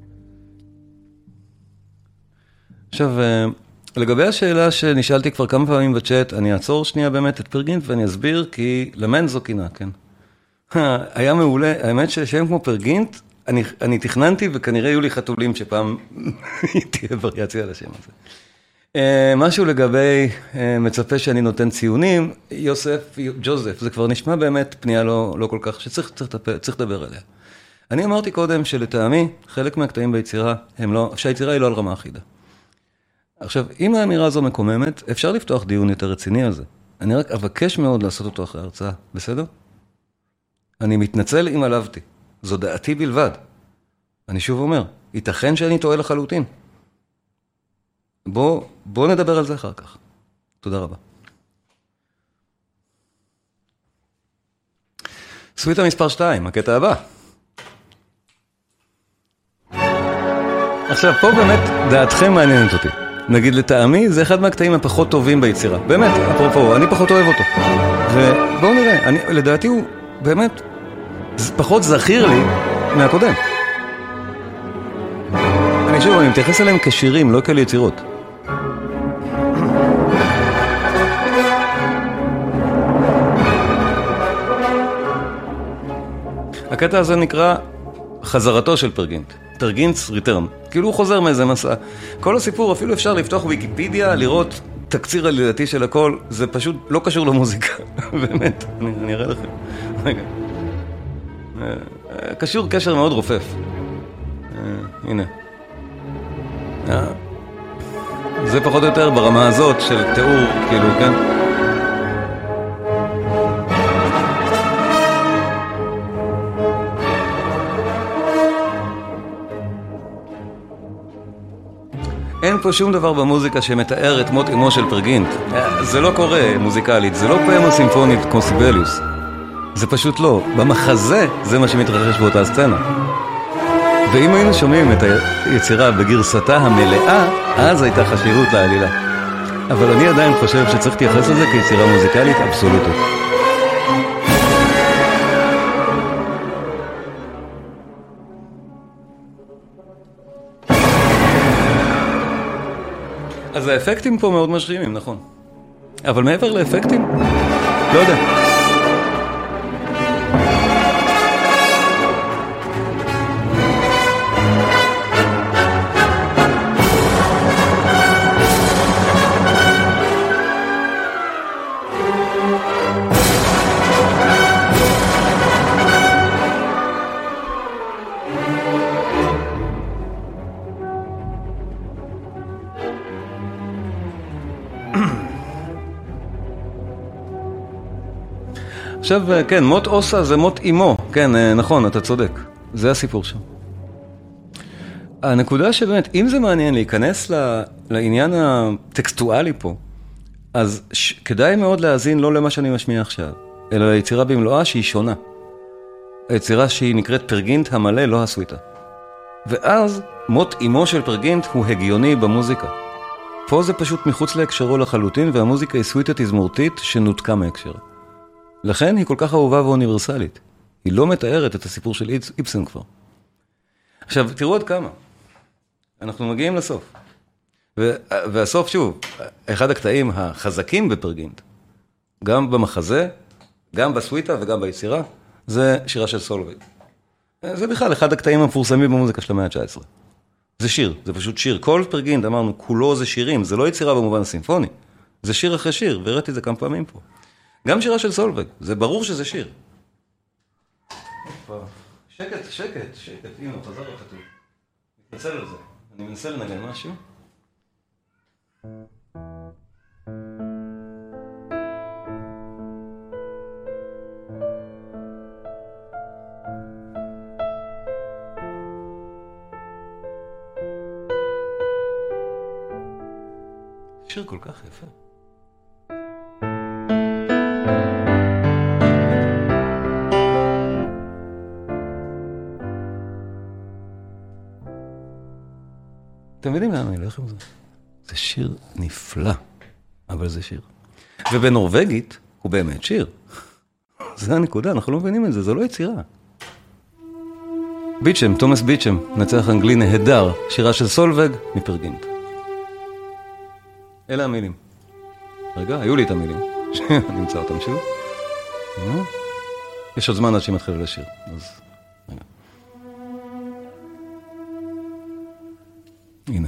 עכשיו, לגבי השאלה שנשאלתי כבר כמה פעמים בצ'אט, אני אעצור שנייה באמת את פרגינט ואני אסביר, כי למנט זו קינה, כן. היה מעולה, האמת ששם כמו פרגינט, אני, אני תכננתי וכנראה יהיו לי חתולים שפעם תהיה וריאציה על השם הזה. משהו לגבי מצפה שאני נותן ציונים, יוסף, ג'וזף, זה כבר נשמע באמת פנייה לא, לא כל כך, שצריך צריך, צריך לדבר עליה. אני אמרתי קודם שלטעמי, חלק מהקטעים ביצירה, הם לא, שהיצירה היא לא על רמה אחידה. עכשיו, אם האמירה הזו מקוממת, אפשר לפתוח דיון יותר רציני על זה. אני רק אבקש מאוד לעשות אותו אחרי ההרצאה, בסדר? אני מתנצל אם עלבתי, זו דעתי בלבד. אני שוב אומר, ייתכן שאני טועה לחלוטין. בוא, בוא נדבר על זה אחר כך. תודה רבה. סוויטה מספר שתיים, הקטע הבא. עכשיו, פה באמת דעתכם מעניינת אותי. נגיד לטעמי, זה אחד מהקטעים הפחות טובים ביצירה. באמת, אפרופו, אני פחות אוהב אותו. ובואו נראה, אני, לדעתי הוא באמת פחות זכיר לי מהקודם. אני שוב, אני מתייחס אליהם כשירים, לא כאל יצירות. הקטע הזה נקרא חזרתו של פרגינט. פרגינט's ריטרן. כאילו הוא חוזר מאיזה מסע. כל הסיפור, אפילו אפשר לפתוח ויקיפדיה, לראות תקציר הלידתי של הכל, זה פשוט לא קשור למוזיקה. באמת, אני, אני אראה לכם. רגע. קשור קשר מאוד רופף. הנה. זה פחות או יותר ברמה הזאת של תיאור, כאילו, כן? אין פה שום דבר במוזיקה שמתאר את מות אמו של פרגינט. זה לא קורה מוזיקלית, זה לא פואמה סימפונית כמו סיבליוס. זה פשוט לא. במחזה זה מה שמתרחש באותה סצנה. ואם היינו שומעים את היצירה בגרסתה המלאה, אז הייתה חשיבות לעלילה. אבל אני עדיין חושב שצריך להתייחס לזה כיצירה מוזיקלית אבסולוטית. אז האפקטים פה מאוד משרימים, נכון. אבל מעבר לאפקטים, לא יודע. עכשיו, כן, מות עושה זה מות אימו. כן, נכון, אתה צודק. זה הסיפור שם. הנקודה שבאמת, אם זה מעניין להיכנס לעניין הטקסטואלי פה, אז ש... כדאי מאוד להאזין לא למה שאני משמיע עכשיו, אלא ליצירה במלואה שהיא שונה. היצירה שהיא נקראת פרגינט המלא, לא הסוויטה. ואז מות אימו של פרגינט הוא הגיוני במוזיקה. פה זה פשוט מחוץ להקשרו לחלוטין, והמוזיקה היא סוויטה תזמורתית שנותקה מהקשר. לכן היא כל כך אהובה ואוניברסלית. היא לא מתארת את הסיפור של איבסן כבר. עכשיו, תראו עד כמה. אנחנו מגיעים לסוף. והסוף, שוב, אחד הקטעים החזקים בפרגינט, גם במחזה, גם בסוויטה וגם ביצירה, זה שירה של סולוויג. זה בכלל אחד הקטעים המפורסמים במוזיקה של המאה ה-תשע עשרה. זה שיר, זה פשוט שיר. כל פרגינט, אמרנו, כולו זה שירים, זה לא יצירה במובן הסימפוני. זה שיר אחרי שיר, והראיתי את זה כמה פעמים פה. גם שירה של סולוויג, זה ברור שזה שיר. שקט, שקט, שקט, הנה, חזר החתול. מתנצל על זה. אני מנסה לנגן משהו. שיר כל כך יפה. אתם יודעים למה אני הולך עם זה? זה שיר נפלא, אבל זה שיר. ובנורווגית הוא באמת שיר. זה הנקודה, אנחנו לא מבינים את זה, זה לא יצירה. ביטשם, תומאס ביטשם, נצח אנגלי נהדר, שירה של סולוויג מפרגינט. אלה המילים. רגע, היו לי את המילים. אני אמצא אותם שוב. יש עוד זמן עד שמתחיל לשיר, אז רגע. הנה.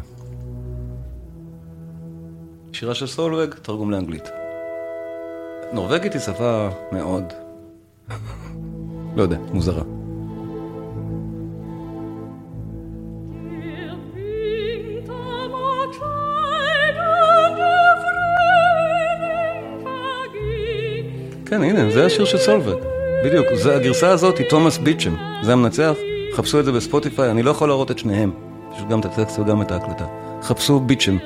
שירה של סולוויג, תרגום לאנגלית. נורווגית היא שפה מאוד, לא יודע, מוזרה. כן, הנה, זה השיר של סולוויג. בדיוק, זה, הגרסה הזאת היא תומאס ביטשם. זה המנצח, חפשו את זה בספוטיפיי, אני לא יכול להראות את שניהם. פשוט גם את הטקסט וגם את ההקלטה. חפשו ביטשם.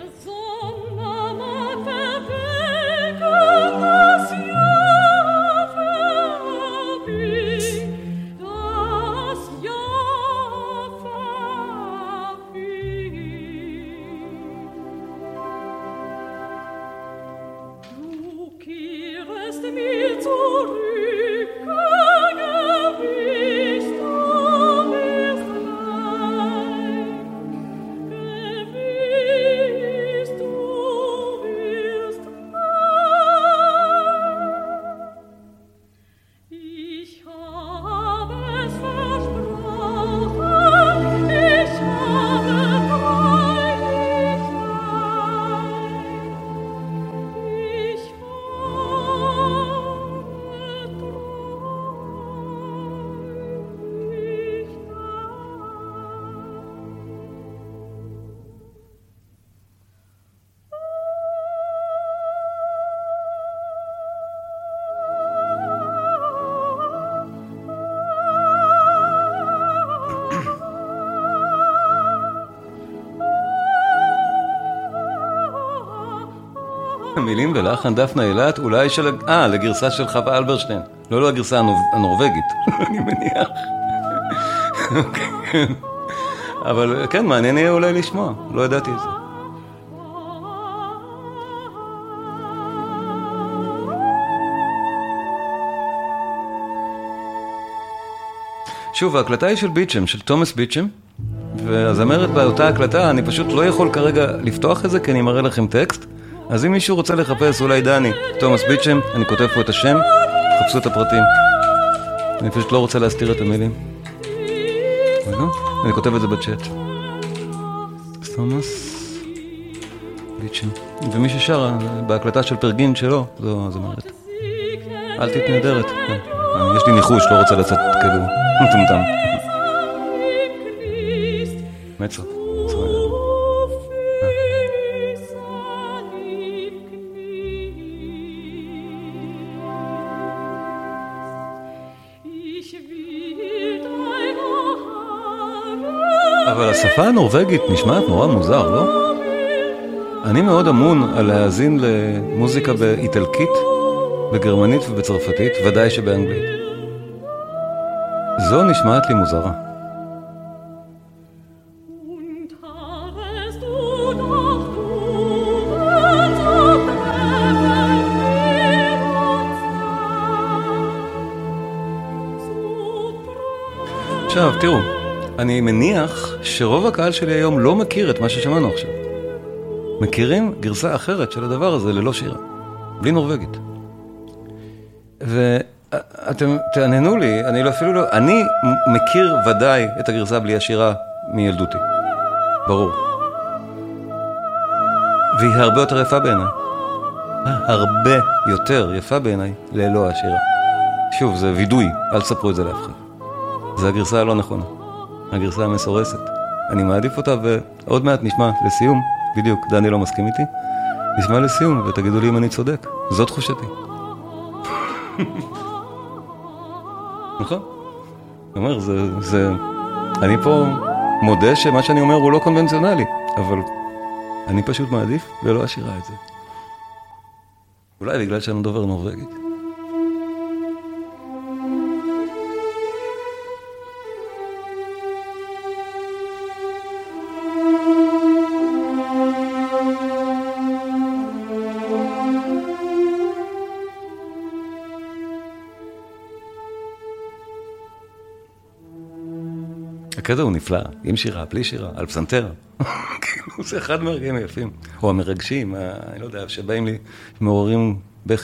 מילים ולחן דפנה אילת, אולי של... אה, לגרסה של חווה אלברשטיין. לא, לא הגרסה הנורווגית, אני מניח. אבל כן, מעניין יהיה אולי לשמוע. לא ידעתי את זה. שוב, ההקלטה היא של ביטשם, של תומאס ביטשם. והזמרת באותה הקלטה, אני פשוט לא יכול כרגע לפתוח את זה, כי אני מראה לכם טקסט. אז אם מישהו רוצה לחפש, אולי דני, תומאס ביטשם, אני כותב פה את השם, חפשו את הפרטים. אני פשוט לא רוצה להסתיר את המילים. אני כותב את זה בצ'אט. תומאס ביטשם. ומי ששר בהקלטה של פרגינט שלו, זו הזמרת. אל תתני נדרת. יש לי ניחוש, לא רוצה לצאת כאילו מטומטם. מצו. השפה הנורווגית נשמעת נורא מוזר, לא? אני מאוד אמון על להאזין למוזיקה באיטלקית, בגרמנית ובצרפתית, ודאי שבאנגלית. זו נשמעת לי מוזרה. עכשיו, תראו, אני מניח שרוב הקהל שלי היום לא מכיר את מה ששמענו עכשיו. מכירים גרסה אחרת של הדבר הזה ללא שירה, בלי נורווגית. ואתם תעננו לי, אני לא אפילו לא, אני מכיר ודאי את הגרסה בלי השירה מילדותי. ברור. והיא הרבה יותר יפה בעיניי. הרבה יותר יפה בעיניי ללא השירה. שוב, זה וידוי, אל תספרו את זה לאף אחד. זה הגרסה הלא נכונה. הגרסה המסורסת. אני מעדיף אותה ועוד מעט נשמע לסיום, בדיוק, דני לא מסכים איתי, נשמע לסיום ותגידו לי אם אני צודק. זו תחושתי. נכון? אני אומר, זה, זה... אני פה מודה שמה שאני אומר הוא לא קונבנציונלי, אבל אני פשוט מעדיף ולא אשירה את זה. אולי בגלל שאני דובר נורווגית. הקטע הוא נפלא, עם שירה, בלי שירה, על פסנתר. כאילו, זה אחד מהרגעים היפים. או המרגשים, אני לא יודע, שבאים לי, מעוררים בכי.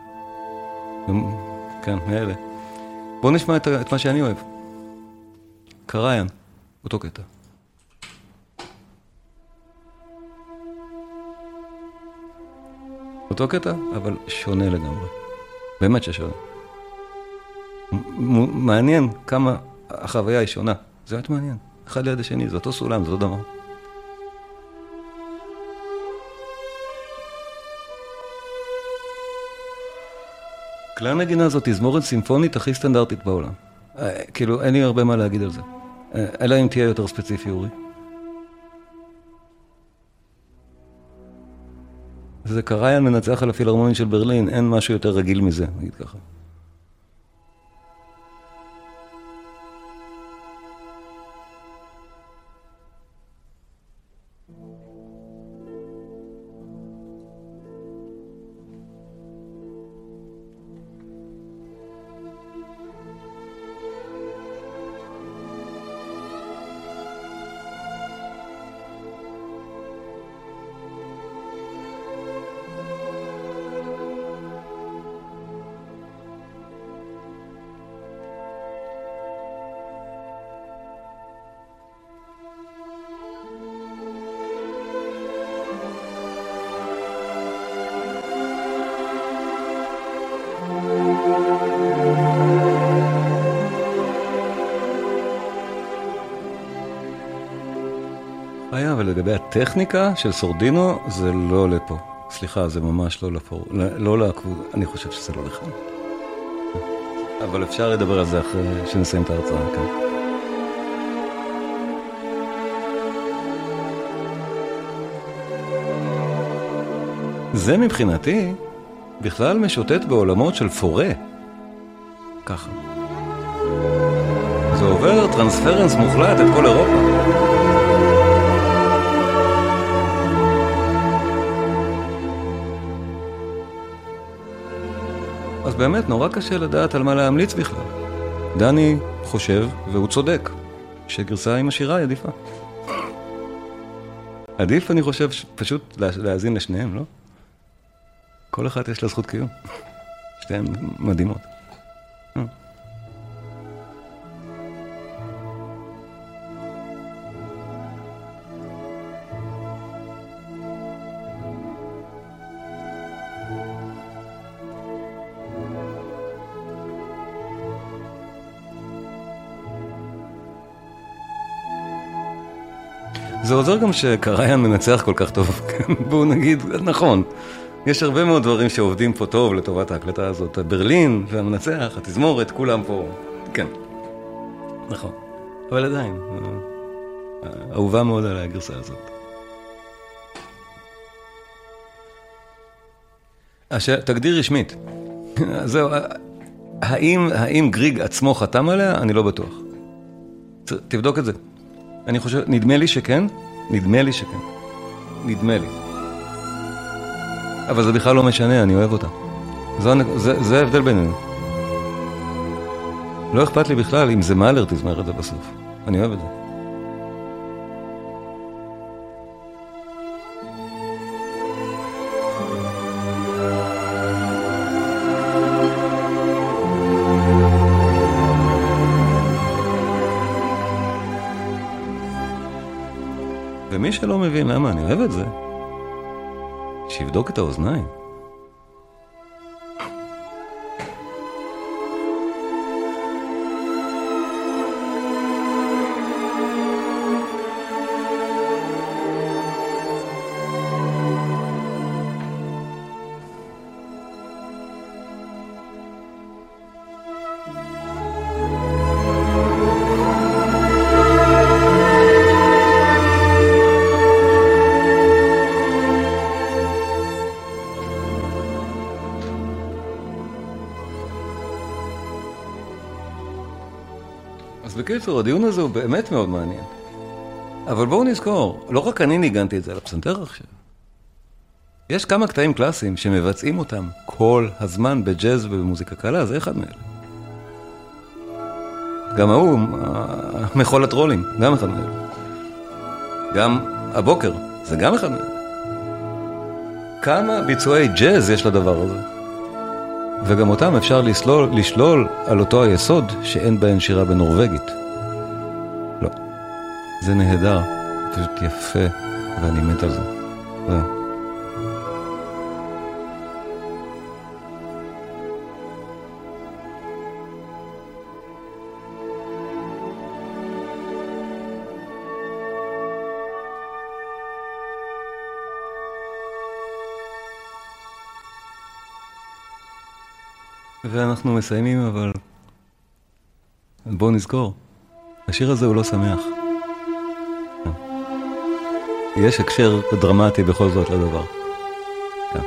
כן, מאלה. בואו נשמע את, את מה שאני אוהב. קריין, אותו קטע. אותו קטע, אבל שונה לגמרי. באמת ששונה. מעניין כמה החוויה היא שונה. זה באמת מעניין. אחד ליד השני, זה אותו סולם, זה אותו דבר. כלי הנגינה הזאת תזמורת סימפונית הכי סטנדרטית בעולם. כאילו, אין לי הרבה מה להגיד על זה. אלא אם תהיה יותר ספציפי, אורי. זה קריין מנצח על הפילהרמונית של ברלין, אין משהו יותר רגיל מזה, נגיד ככה. היה, אבל לגבי הטכניקה של סורדינו, זה לא לפה. סליחה, זה ממש לא לפה. לא לעקבו, אני חושב שזה לא לכאן. אבל אפשר לדבר על זה אחרי שנסיים את ההרצאה, כן. זה מבחינתי בכלל משוטט בעולמות של פורה. ככה. זה עובר טרנספרנס מוחלט את כל אירופה. אז באמת נורא קשה לדעת על מה להמליץ בכלל. דני חושב, והוא צודק, שגרסה עם השירה היא עדיפה. עדיף, אני חושב, פשוט להאזין לשניהם, לא? כל אחד יש לה זכות קיום. שתיהן מדהימות. זה עוזר גם שקריין מנצח כל כך טוב. בואו נגיד, נכון. יש הרבה מאוד דברים שעובדים פה טוב לטובת ההקלטה הזאת. ברלין והמנצח, התזמורת, כולם פה. כן. נכון. אבל עדיין. אהובה מאוד על הגרסה הזאת. השאלה, תגדיר רשמית. זהו, האם, האם גריג עצמו חתם עליה? אני לא בטוח. תבדוק את זה. אני חושב, נדמה לי שכן, נדמה לי שכן. נדמה לי. אבל זה בכלל לא משנה, אני אוהב אותה. זה, זה, זה ההבדל בינינו. לא אכפת לי בכלל אם זה מאלר תזמר את זה בסוף. אני אוהב את זה. ומי שלא מבין למה אני אוהב את זה, שיבדוק את האוזניים. אז בקיצור, הדיון הזה הוא באמת מאוד מעניין. אבל בואו נזכור, לא רק אני ניגנתי את זה על הפסנתר עכשיו. יש כמה קטעים קלאסיים שמבצעים אותם כל הזמן בג'אז ובמוזיקה קלה, זה אחד מאלה. גם ההוא, מחול הטרולים, גם אחד מאלה. גם הבוקר, זה גם אחד מאלה. כמה ביצועי ג'אז יש לדבר הזה. וגם אותם אפשר לשלול, לשלול על אותו היסוד שאין בהן שירה בנורווגית. לא. זה נהדר, פשוט יפה, ואני מת על זה. זה. ואנחנו מסיימים, אבל בואו נזכור, השיר הזה הוא לא שמח. יש הקשר דרמטי בכל זאת לדבר. כן.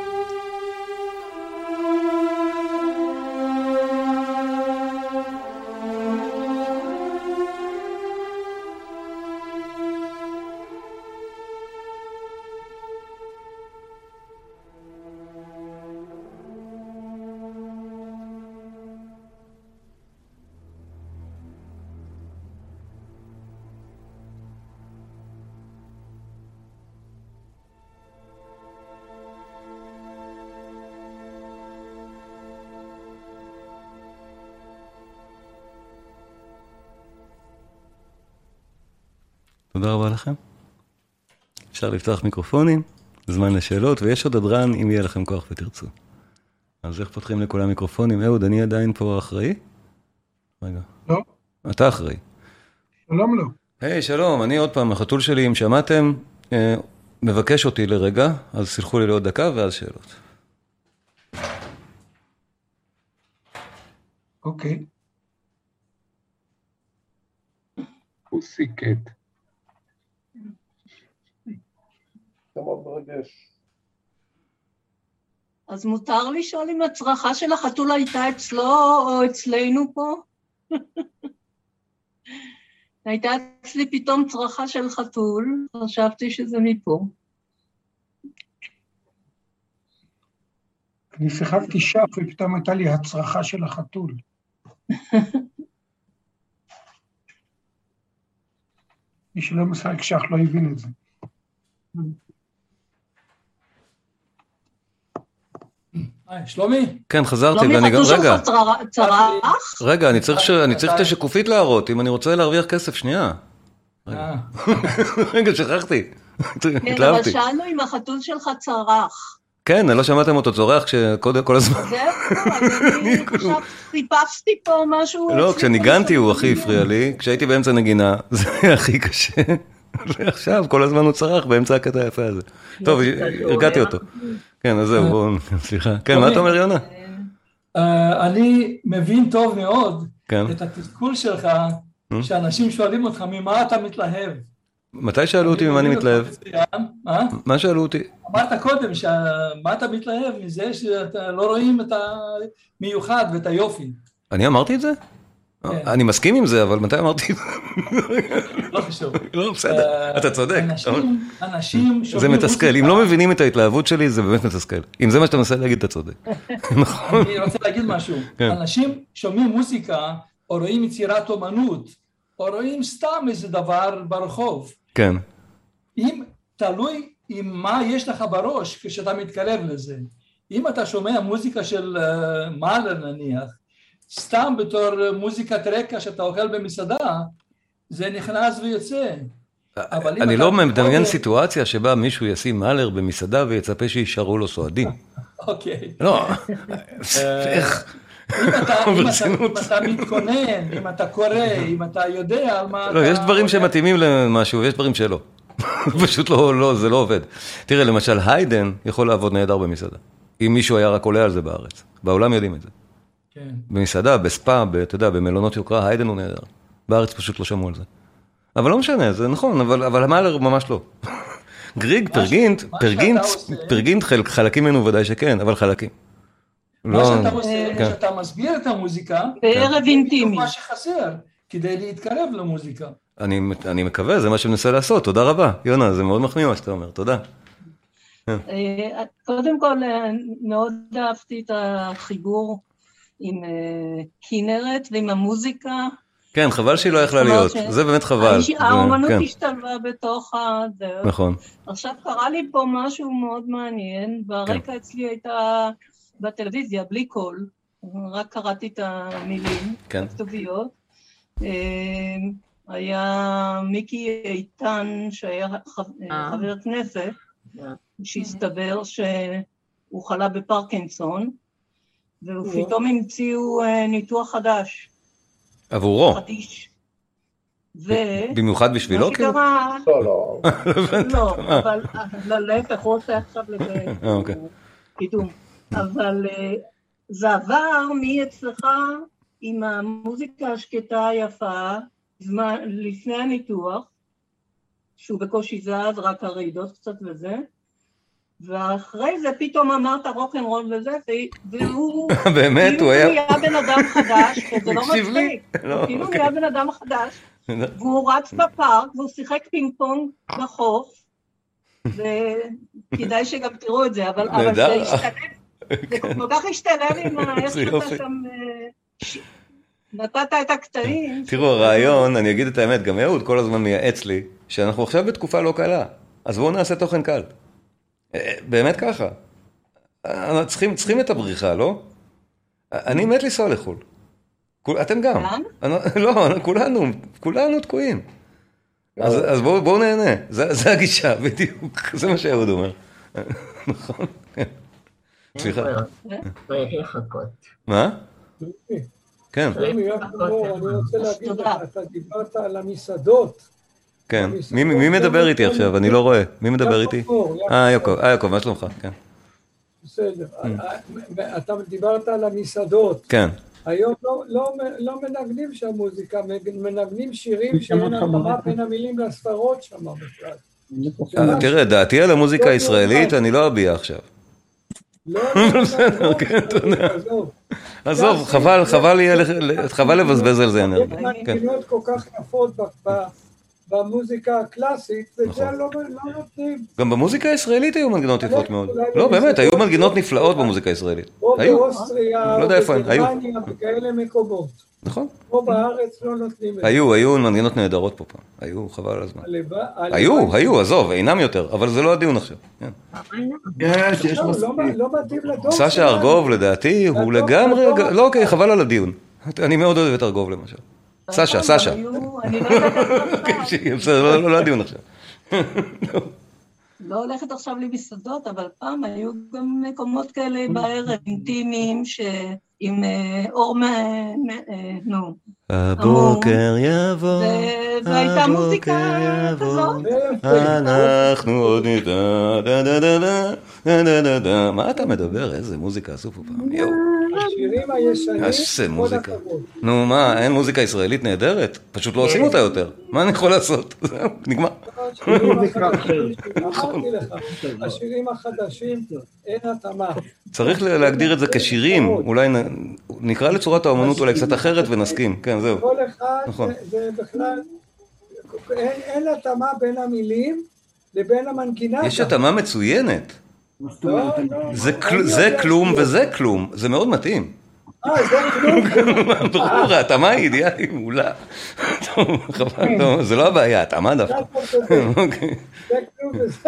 תודה רבה לכם. אפשר לפתוח מיקרופונים, זמן לשאלות, ויש עוד הדרן אם יהיה לכם כוח ותרצו. אז איך פותחים לכולם מיקרופונים? אהוד, אני עדיין פה אחראי? רגע. לא. אתה אחראי. שלום לו. היי, שלום, אני עוד פעם, החתול שלי, אם שמעתם, אה, מבקש אותי לרגע, אז סלחו לי לעוד דקה ואז שאלות. אוקיי. פוסי קט. אז מותר לשאול אם הצרחה של החתול הייתה אצלו או אצלנו פה? הייתה אצלי פתאום צרחה של חתול, חשבתי שזה מפה. אני שיחקתי שח ופתאום הייתה לי הצרחה של החתול. מי שלא משחק שח לא הבין את זה. היי, שלומי? כן, חזרתי, שלומי, ואני גם, חתול רגע, שלך צר- צרח? רגע, אני צריך ש- אני צריך את השקופית להראות, אם אני רוצה להרוויח כסף, שנייה. אה, רגע, שכחתי. כן, אבל התלהבתי. שאלנו אם החתול שלך צרח. כן, לא שמעתם אותו צורח כשקודם כל הזמן. זהו, אני עכשיו חיפשתי פה משהו... לא, אצלי כשניגנתי הוא במקום. הכי הפריע לי, כשהייתי באמצע נגינה, זה היה הכי קשה. ועכשיו כל הזמן הוא צרח באמצע הקטע היפה הזה. טוב, הרגעתי אותו. כן, אז זהו, בואו, סליחה. כן, מה אתה אומר, יונה? אה, אני מבין טוב מאוד כן. את התסכול שלך, שאנשים שואלים אותך ממה אתה מתלהב. מתי שאלו אותי ממה אני מתלהב? מה שאלו אותי? אמרת קודם, מה אתה מתלהב מזה שאתה לא רואים את המיוחד ואת היופי. אני אמרתי את זה? אני מסכים עם זה, אבל מתי אמרתי את זה? לא חשוב. לא, בסדר, אתה צודק. אנשים... זה מתסכל, אם לא מבינים את ההתלהבות שלי, זה באמת מתסכל. אם זה מה שאתה מנסה להגיד, אתה צודק. אני רוצה להגיד משהו. אנשים שומעים מוזיקה, או רואים יצירת אומנות, או רואים סתם איזה דבר ברחוב. כן. אם תלוי עם מה יש לך בראש כשאתה מתקרב לזה. אם אתה שומע מוזיקה של מאלר נניח, סתם בתור מוזיקת רקע שאתה אוכל במסעדה, זה נכנס ויוצא. אני לא מדמיין סיטואציה שבה מישהו ישים מאלר במסעדה ויצפה שישארו לו סועדים. אוקיי. לא, איך? אם אתה מתכונן, אם אתה קורא, אם אתה יודע על מה אתה... לא, יש דברים שמתאימים למשהו ויש דברים שלא. פשוט לא, זה לא עובד. תראה, למשל, היידן יכול לעבוד נהדר במסעדה. אם מישהו היה רק עולה על זה בארץ. בעולם יודעים את זה. במסעדה, בספא, אתה יודע, במלונות יוקרה, היידן הוא נהדר. בארץ פשוט לא שמעו על זה. אבל לא משנה, זה נכון, אבל המאלר ממש לא. גריג, פרגינט, פרגינט, פרגינט חלקים ממנו ודאי שכן, אבל חלקים. מה שאתה עושה, כשאתה מסביר את המוזיקה, בערב אינטימי. מה שחסר, כדי להתקרב למוזיקה. אני מקווה, זה מה שמנסה לעשות, תודה רבה. יונה, זה מאוד מחמיא מה שאתה אומר, תודה. קודם כל, מאוד אהבתי את החיבור עם כינרת ועם המוזיקה. כן, חבל שהיא לא יכלה להיות, זה באמת חבל. האומנות השתלבה בתוך זה. נכון. עכשיו קרה לי פה משהו מאוד מעניין, ברקע אצלי הייתה בטלוויזיה, בלי קול, רק קראתי את המילים, הכתוביות. היה מיקי איתן, שהיה חבר כנסת, שהסתבר שהוא חלה בפרקינסון, ופתאום המציאו ניתוח חדש. עבורו? חדיש. במיוחד בשבילו? מה שקרה... לא, לא. לא, אבל ללכת, הוא עושה עכשיו לקידום. אבל זה עבר מי אצלך עם המוזיקה השקטה היפה, לפני הניתוח, שהוא בקושי זז, רק הרעידות קצת וזה, ואחרי זה פתאום אמרת רוק'נ'רול וזה, והוא... באמת, הוא היה... כאילו נהיה בן אדם חדש, וזה לא מצחיק. כאילו נהיה בן אדם חדש, והוא רץ בפארק, והוא שיחק פינג פונג בחוף, וכדאי שגם תראו את זה, אבל זה השתלב, זה כל כך השתלב עם איך שאתה שם... נתת את הקטעים. תראו, הרעיון, אני אגיד את האמת, גם יהוד כל הזמן מייעץ לי, שאנחנו עכשיו בתקופה לא קלה, אז בואו נעשה תוכן קל. באמת ככה. צריכים, צריכים את הבריחה, לא? אני מת לנסוע לחול. אתם גם. לא, כולנו, כולנו תקועים. אז בואו נהנה. זה הגישה, בדיוק. זה מה שיהוד אומר. נכון? סליחה. צריך לחכות. מה? כן. אני רוצה להגיד לך, אתה דיברת על המסעדות. כן, מי מדבר איתי עכשיו? אני לא רואה. מי מדבר איתי? אה, יעקב, אה, יעקב, מה שלומך? כן. בסדר. אתה דיברת על המסעדות. כן. היום לא מנגנים שם מוזיקה, מנגנים שירים שאין התאמה בין המילים לספרות שם בכלל. תראה, דעתי על המוזיקה הישראלית, אני לא אביע עכשיו. לא, לא, כן, תודה. עזוב, חבל, חבל לבזבז על זה אנרגיה. מנגינות כל כך יפות במוזיקה הקלאסית, וזה לא נותנים. גם במוזיקה הישראלית היו מנגינות יפות מאוד. לא, באמת, היו מנגינות נפלאות במוזיקה הישראלית. או באוסטריה, או בגרמניה, וכאלה מקומות. נכון. או בארץ לא נותנים את זה. היו, היו מנגינות נהדרות פה פעם. היו, חבל על הזמן. היו, היו, עזוב, אינם יותר, אבל זה לא הדיון עכשיו. יש, יש מספיק. לא מתאים לדור. סשה ארגוב, לדעתי, הוא לגמרי... לא, אוקיי, חבל על הדיון. אני מאוד אוהב את ארגוב, למשל. סשה, סשה. בסדר, לא הדיון עכשיו. לא הולכת עכשיו למסעדות, אבל פעם היו גם מקומות כאלה בערב, אינטימיים, עם אור, נו, הבוקר יבוא, והייתה מוזיקה כזאת. אנחנו עוד ניתן, דה דה דה דה דה דה דה. מה אתה מדבר? איזה מוזיקה עשו פה פעם, יואו. השירים הישנים, איזה מוזיקה. נו מה, אין מוזיקה ישראלית נהדרת? פשוט לא עושים אותה יותר. מה אני יכול לעשות? זהו, נגמר. אמרתי לך, השירים החדשים אין התאמה. צריך להגדיר את זה כשירים, אולי נקרא לצורת האמנות אולי קצת אחרת ונסכים, כן, זהו. כל אחד זה בכלל, אין התאמה בין המילים לבין המנגינה. יש התאמה מצוינת. זה כלום וזה כלום, זה מאוד מתאים. אה, זה כלום. ברור, התאמה היא אידיאלית מעולה. זה לא הבעיה, התאמה דווקא. זה כלום וזה.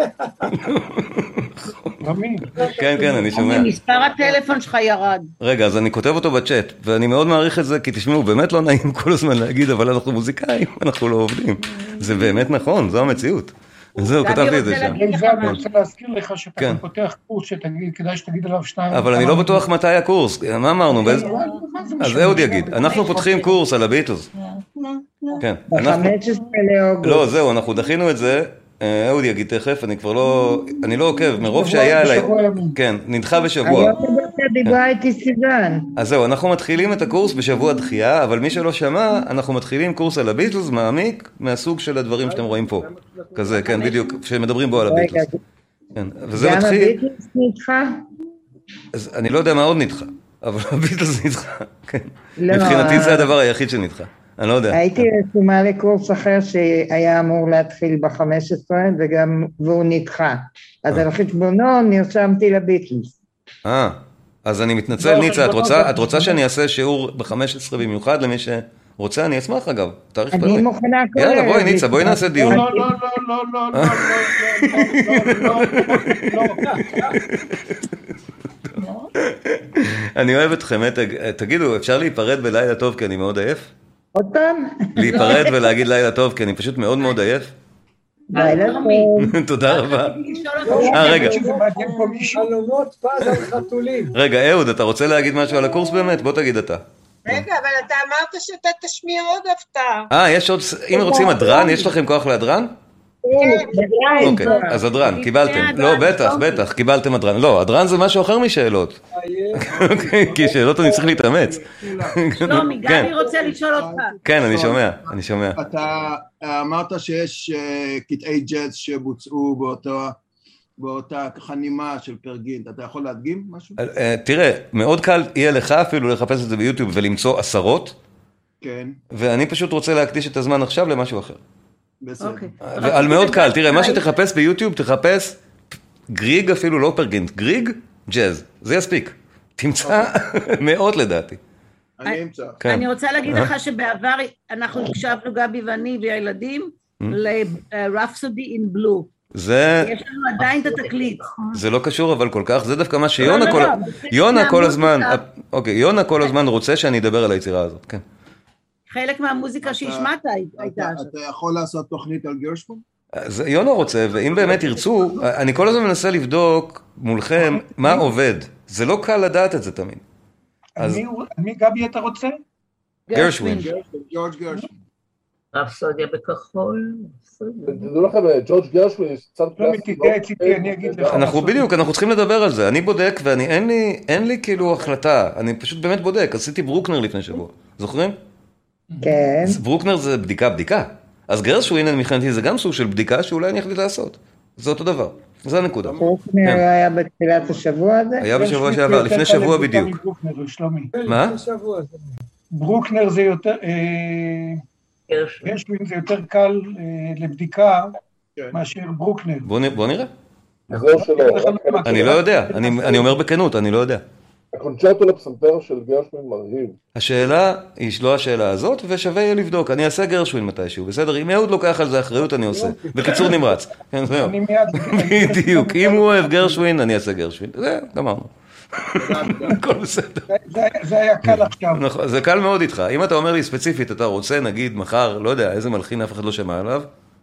כן, כן, אני שומע. מספר הטלפון שלך ירד. רגע, אז אני כותב אותו בצ'אט, ואני מאוד מעריך את זה, כי תשמעו, באמת לא נעים כל הזמן להגיד, אבל אנחנו מוזיקאים, אנחנו לא עובדים. זה באמת נכון, זו המציאות. זהו, כתבתי את זה שם. אני רוצה להזכיר לך שאתה פותח קורס שתגיד, כדאי שתגיד עליו שניים. אבל אני לא בטוח מתי הקורס, מה אמרנו? אז אהוד יגיד, אנחנו פותחים קורס על הביטלס. כן. ב-חמישה עשר לאוגוסט. לא, זהו, אנחנו דחינו את זה, אהוד יגיד תכף, אני כבר לא, אני לא עוקב, מרוב שהיה עליי, כן, נדחה בשבוע. היום דיברה איתי סיוון. אז זהו, אנחנו מתחילים את הקורס בשבוע דחייה, אבל מי שלא שמע, אנחנו מתחילים קורס על הביטלס מעמיק מהסוג של הדברים שאתם רואים פה. כזה, כן, בדיוק, שמדברים בו על הביטלס. גם הביטלס נדחה? אז אני לא יודע מה עוד נדחה, אבל הביטלס נדחה, כן. מבחינתי זה הדבר היחיד שנדחה. אני לא יודע. הייתי רשומה לקורס אחר שהיה אמור להתחיל ב-חמש עשרה וגם, והוא נדחה. אז על חשבונו נרשמתי לביטלס. אה, אז אני מתנצל, ניצה, את רוצה שאני אעשה שיעור ב-חמש עשרה במיוחד למי שרוצה? אני אשמח אגב, תאריך פרק. אני מוכנה כל יאללה, בואי ניצה, בואי נעשה דיון. לא, לא, לא, לא, לא, לא, לא, לא. אני אוהב אתכם, תגידו, אפשר להיפרד בלילה טוב כי אני מאוד עייף? עוד פעם? להיפרד ולהגיד לילה טוב כי אני פשוט מאוד מאוד עייף? לילה טוב. תודה רבה. אה, רגע. חלומות פז על חתולים. רגע, אהוד, אתה רוצה להגיד משהו על הקורס באמת? בוא תגיד אתה. רגע, אבל אתה אמרת שאתה תשמיע עוד הפתעה. אה, יש עוד, אם רוצים הדרן, יש לכם כוח להדרן? אוקיי, אז הדרן, קיבלתם. לא, בטח, בטח, קיבלתם הדרן. לא, הדרן זה משהו אחר משאלות. כי שאלות אני צריך להתאמץ. שלומי, גבי רוצה לשאול אותך. כן, אני שומע, אני שומע. אתה אמרת שיש קטעי ג'אז שבוצעו באותה חנימה של פרגין. אתה יכול להדגים משהו? תראה, מאוד קל יהיה לך אפילו לחפש את זה ביוטיוב ולמצוא עשרות. כן. ואני פשוט רוצה להקדיש את הזמן עכשיו למשהו אחר. בסדר. ועל מאוד קל, תראה, מה שתחפש ביוטיוב, תחפש גריג אפילו לא פרגינט, גריג, ג'אז, זה יספיק. תמצא מאות לדעתי. אני אמצא. אני רוצה להגיד לך שבעבר אנחנו הקשבנו גבי ואני והילדים ל-Rhapsody in Blue. זה... יש לנו עדיין את התקליט. זה לא קשור אבל כל כך, זה דווקא מה שיונה כל... יונה כל הזמן, אוקיי, יונה כל הזמן רוצה שאני אדבר על היצירה הזאת, כן. חלק מהמוזיקה שהשמעת הייתה. אתה יכול לעשות תוכנית על גרשווין? יונה רוצה, ואם באמת ירצו, אני כל הזמן מנסה לבדוק מולכם מה עובד. זה לא קל לדעת את זה תמיד. מי גבי אתה רוצה? גרשווין. ג'ורג' גרשווין. רפסודיה בכחול. תדעו לכם, ג'ורג' גרשווין יש קצת קלאסי. אני אגיד לך. אנחנו בדיוק, אנחנו צריכים לדבר על זה. אני בודק ואין לי כאילו החלטה. אני פשוט באמת בודק. עשיתי ברוקנר לפני שבוע. זוכרים? כן. ברוקנר זה בדיקה בדיקה. אז גרשווין, אני מכנתי, זה גם סוג של בדיקה שאולי אני החליט לעשות. זה אותו דבר. זה הנקודה. ברוקנר היה בתחילת השבוע הזה? היה בשבוע שעבר, לפני שבוע בדיוק. מה? ברוקנר זה יותר... גרשווין זה יותר קל לבדיקה מאשר ברוקנר. בוא נראה. אני לא יודע. אני אומר בכנות, אני לא יודע. הקונצ'רטו לפסנתר של גרשווין מרהיב. השאלה היא לא השאלה הזאת, ושווה יהיה לבדוק. אני אעשה גרשווין מתישהו, בסדר? אם אהוד לוקח על זה אחריות, אני עושה. בקיצור נמרץ. אני מיד... בדיוק. אם הוא אוהב גרשווין, אני אעשה גרשווין. זה, גמרנו. הכל בסדר. זה היה קל עכשיו. נכון, זה קל מאוד איתך. אם אתה אומר לי ספציפית, אתה רוצה, נגיד, מחר, לא יודע, איזה מלחין אף אחד לא שמע עליו.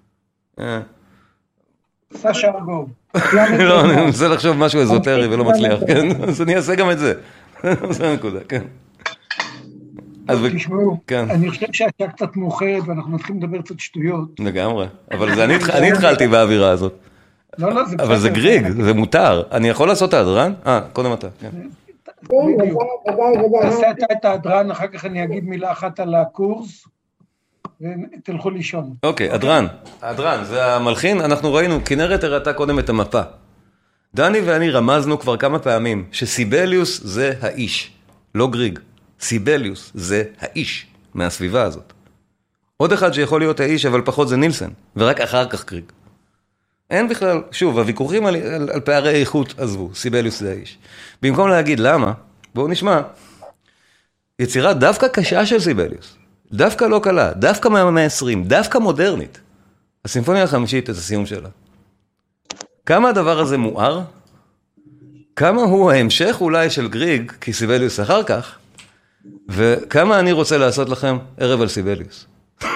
סשה ארגוב. לא, אני רוצה לחשוב משהו אזוטרי ולא מצליח, כן? אז אני אעשה גם את זה. זה הנקודה, כן. תשמעו, אני חושב שהשעה קצת מאוחרת ואנחנו מתחילים לדבר קצת שטויות. לגמרי, אבל אני התחלתי באווירה הזאת. לא, לא, זה אבל זה גריג, זה מותר. אני יכול לעשות את ההדרן? אה, קודם אתה, כן. בדיוק. תעשה את ההדרן, אחר כך אני אגיד מילה אחת על הקורס, ותלכו לישון. אוקיי, הדרן. הדרן, זה המלחין. אנחנו ראינו, כנרת הראתה קודם את המפה. דני ואני רמזנו כבר כמה פעמים שסיבליוס זה האיש, לא גריג. סיבליוס זה האיש מהסביבה הזאת. עוד אחד שיכול להיות האיש, אבל פחות זה נילסן, ורק אחר כך גריג. אין בכלל, שוב, הוויכוחים על, על, על פערי איכות עזבו, סיבליוס זה האיש. במקום להגיד למה, בואו נשמע, יצירה דווקא קשה של סיבליוס, דווקא לא קלה, דווקא מהמאה ה-עשרים, דווקא מודרנית. הסימפוניה החמישית, את הסיום שלה. כמה הדבר הזה מואר? כמה הוא ההמשך אולי של גריג, כי סיבליוס אחר כך, וכמה אני רוצה לעשות לכם ערב על סיבליוס.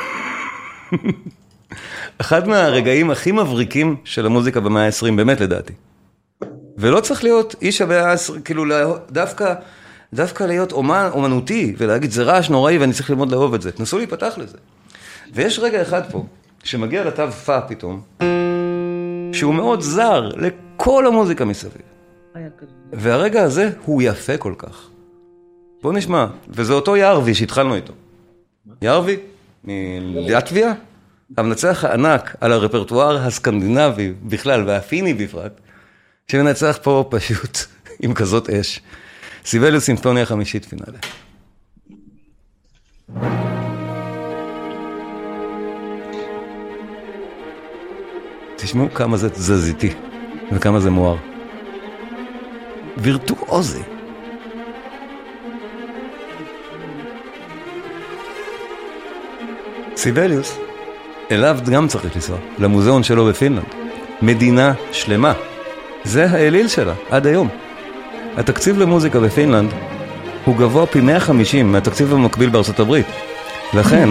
אחד מהרגעים הכי מבריקים של המוזיקה במאה ה-עשרים, באמת לדעתי. ולא צריך להיות איש המאה ה-עשרים, כאילו דווקא, דווקא להיות אומן, אומנותי, ולהגיד זה רעש נוראי ואני צריך ללמוד לאהוב את זה. תנסו להיפתח לזה. ויש רגע אחד פה, שמגיע לתו פה פתאום, שהוא מאוד זר לכל המוזיקה מסביב. והרגע הזה הוא יפה כל כך. בוא נשמע, וזה אותו יערבי שהתחלנו איתו. יערבי, מלטביה, המנצח הענק על הרפרטואר הסקנדינבי בכלל, והפיני בפרט, שמנצח פה פשוט עם כזאת אש. סיבליוס סימפוניה חמישית פינאלה. תשמעו כמה זה תזזיתי, וכמה זה מואר. וירטואוזי. סיבליוס, אליו גם צריך לנסוע, למוזיאון שלו בפינלנד. מדינה שלמה. זה האליל שלה, עד היום. התקציב למוזיקה בפינלנד הוא גבוה פי מאה וחמישים מהתקציב המקביל בארצות הברית. לכן,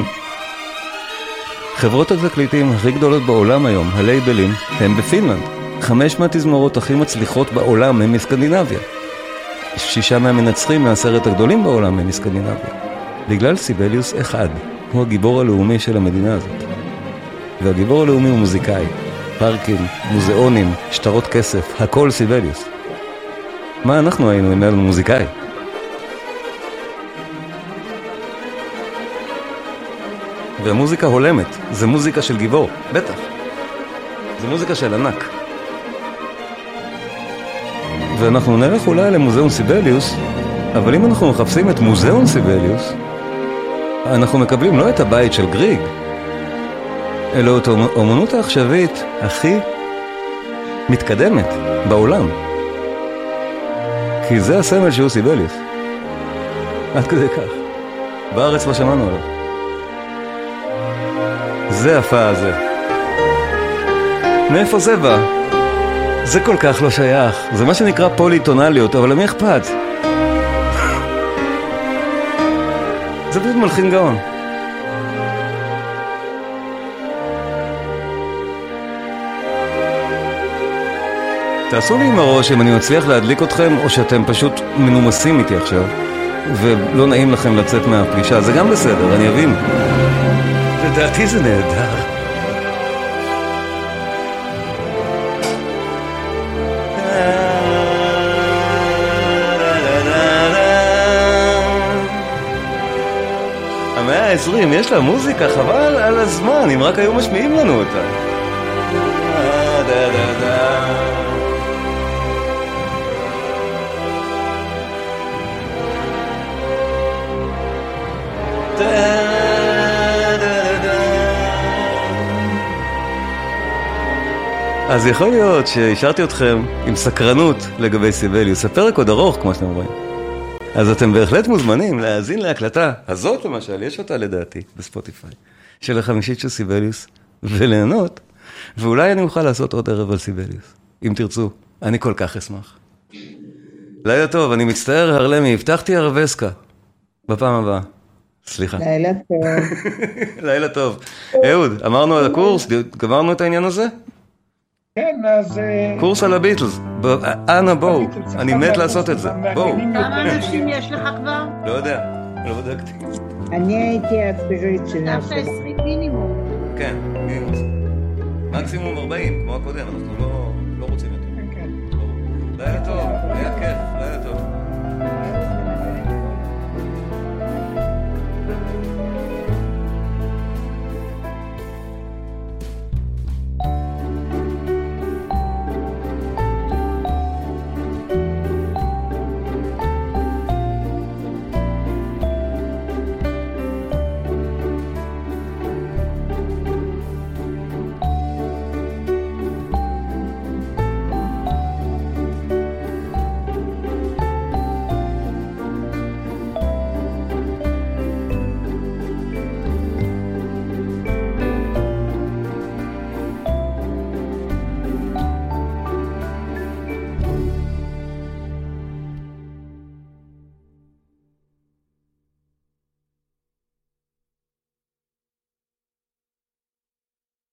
חברות התקליטים הכי גדולות בעולם היום, הלייבלים, הם בפינלנד. חמש מהתזמורות הכי מצליחות בעולם הם מסקנדינביה. שישה מהמנצחים מהעשרת הגדולים בעולם הם מסקנדינביה. בגלל סיבליוס אחד, הוא הגיבור הלאומי של המדינה הזאת. והגיבור הלאומי הוא מוזיקאי. פארקים, מוזיאונים, שטרות כסף, הכל סיבליוס. מה אנחנו היינו אם היה לנו מוזיקאי? והמוזיקה הולמת, זה מוזיקה של גיבור, בטח. זה מוזיקה של ענק. ואנחנו נלך אולי למוזיאון סיבליוס, אבל אם אנחנו מחפשים את מוזיאון סיבליוס, אנחנו מקבלים לא את הבית של גריג, אלא את האומנות העכשווית הכי מתקדמת בעולם. כי זה הסמל שהוא סיבליוס. עד כדי כך. בארץ לא שמענו עליו. זה הפעה הזה. מאיפה זה בא? זה כל כך לא שייך. זה מה שנקרא פוליטונליות, אבל למי אכפת? זה פשוט מלחין גאון. תעשו לי עם הראש אם אני מצליח להדליק אתכם, או שאתם פשוט מנומסים איתי עכשיו, ולא נעים לכם לצאת מהפגישה. זה גם בסדר, אני אבין. לדעתי זה נהדר. המאה ה-עשרים, יש לה מוזיקה, חבל על הזמן, אם רק היו משמיעים לנו אותה. דה דה דה. אז יכול להיות שהשארתי אתכם עם סקרנות לגבי סיבליוס. הפרק עוד ארוך, כמו שאתם רואים. אז אתם בהחלט מוזמנים להאזין להקלטה הזאת, למשל, יש אותה לדעתי בספוטיפיי, של החמישית של סיבליוס, וליהנות, ואולי אני אוכל לעשות עוד ערב על סיבליוס, אם תרצו. אני כל כך אשמח. לילה טוב, אני מצטער, הרלמי, הבטחתי הרבסקה בפעם הבאה. סליחה. לילה טוב. לילה טוב. אהוד, אמרנו על הקורס, גמרנו את העניין הזה? כן, אז... קורס על הביטלס. אנה, בואו. אני מת לעשות את זה. בואו. כמה אנשים יש לך כבר? לא יודע, לא בדקתי. אני הייתי הפריצ'נר דווקא עשרים מינימום. כן, מינימום. מקסימום ארבעים, כמו הקודם, אנחנו לא רוצים יותר.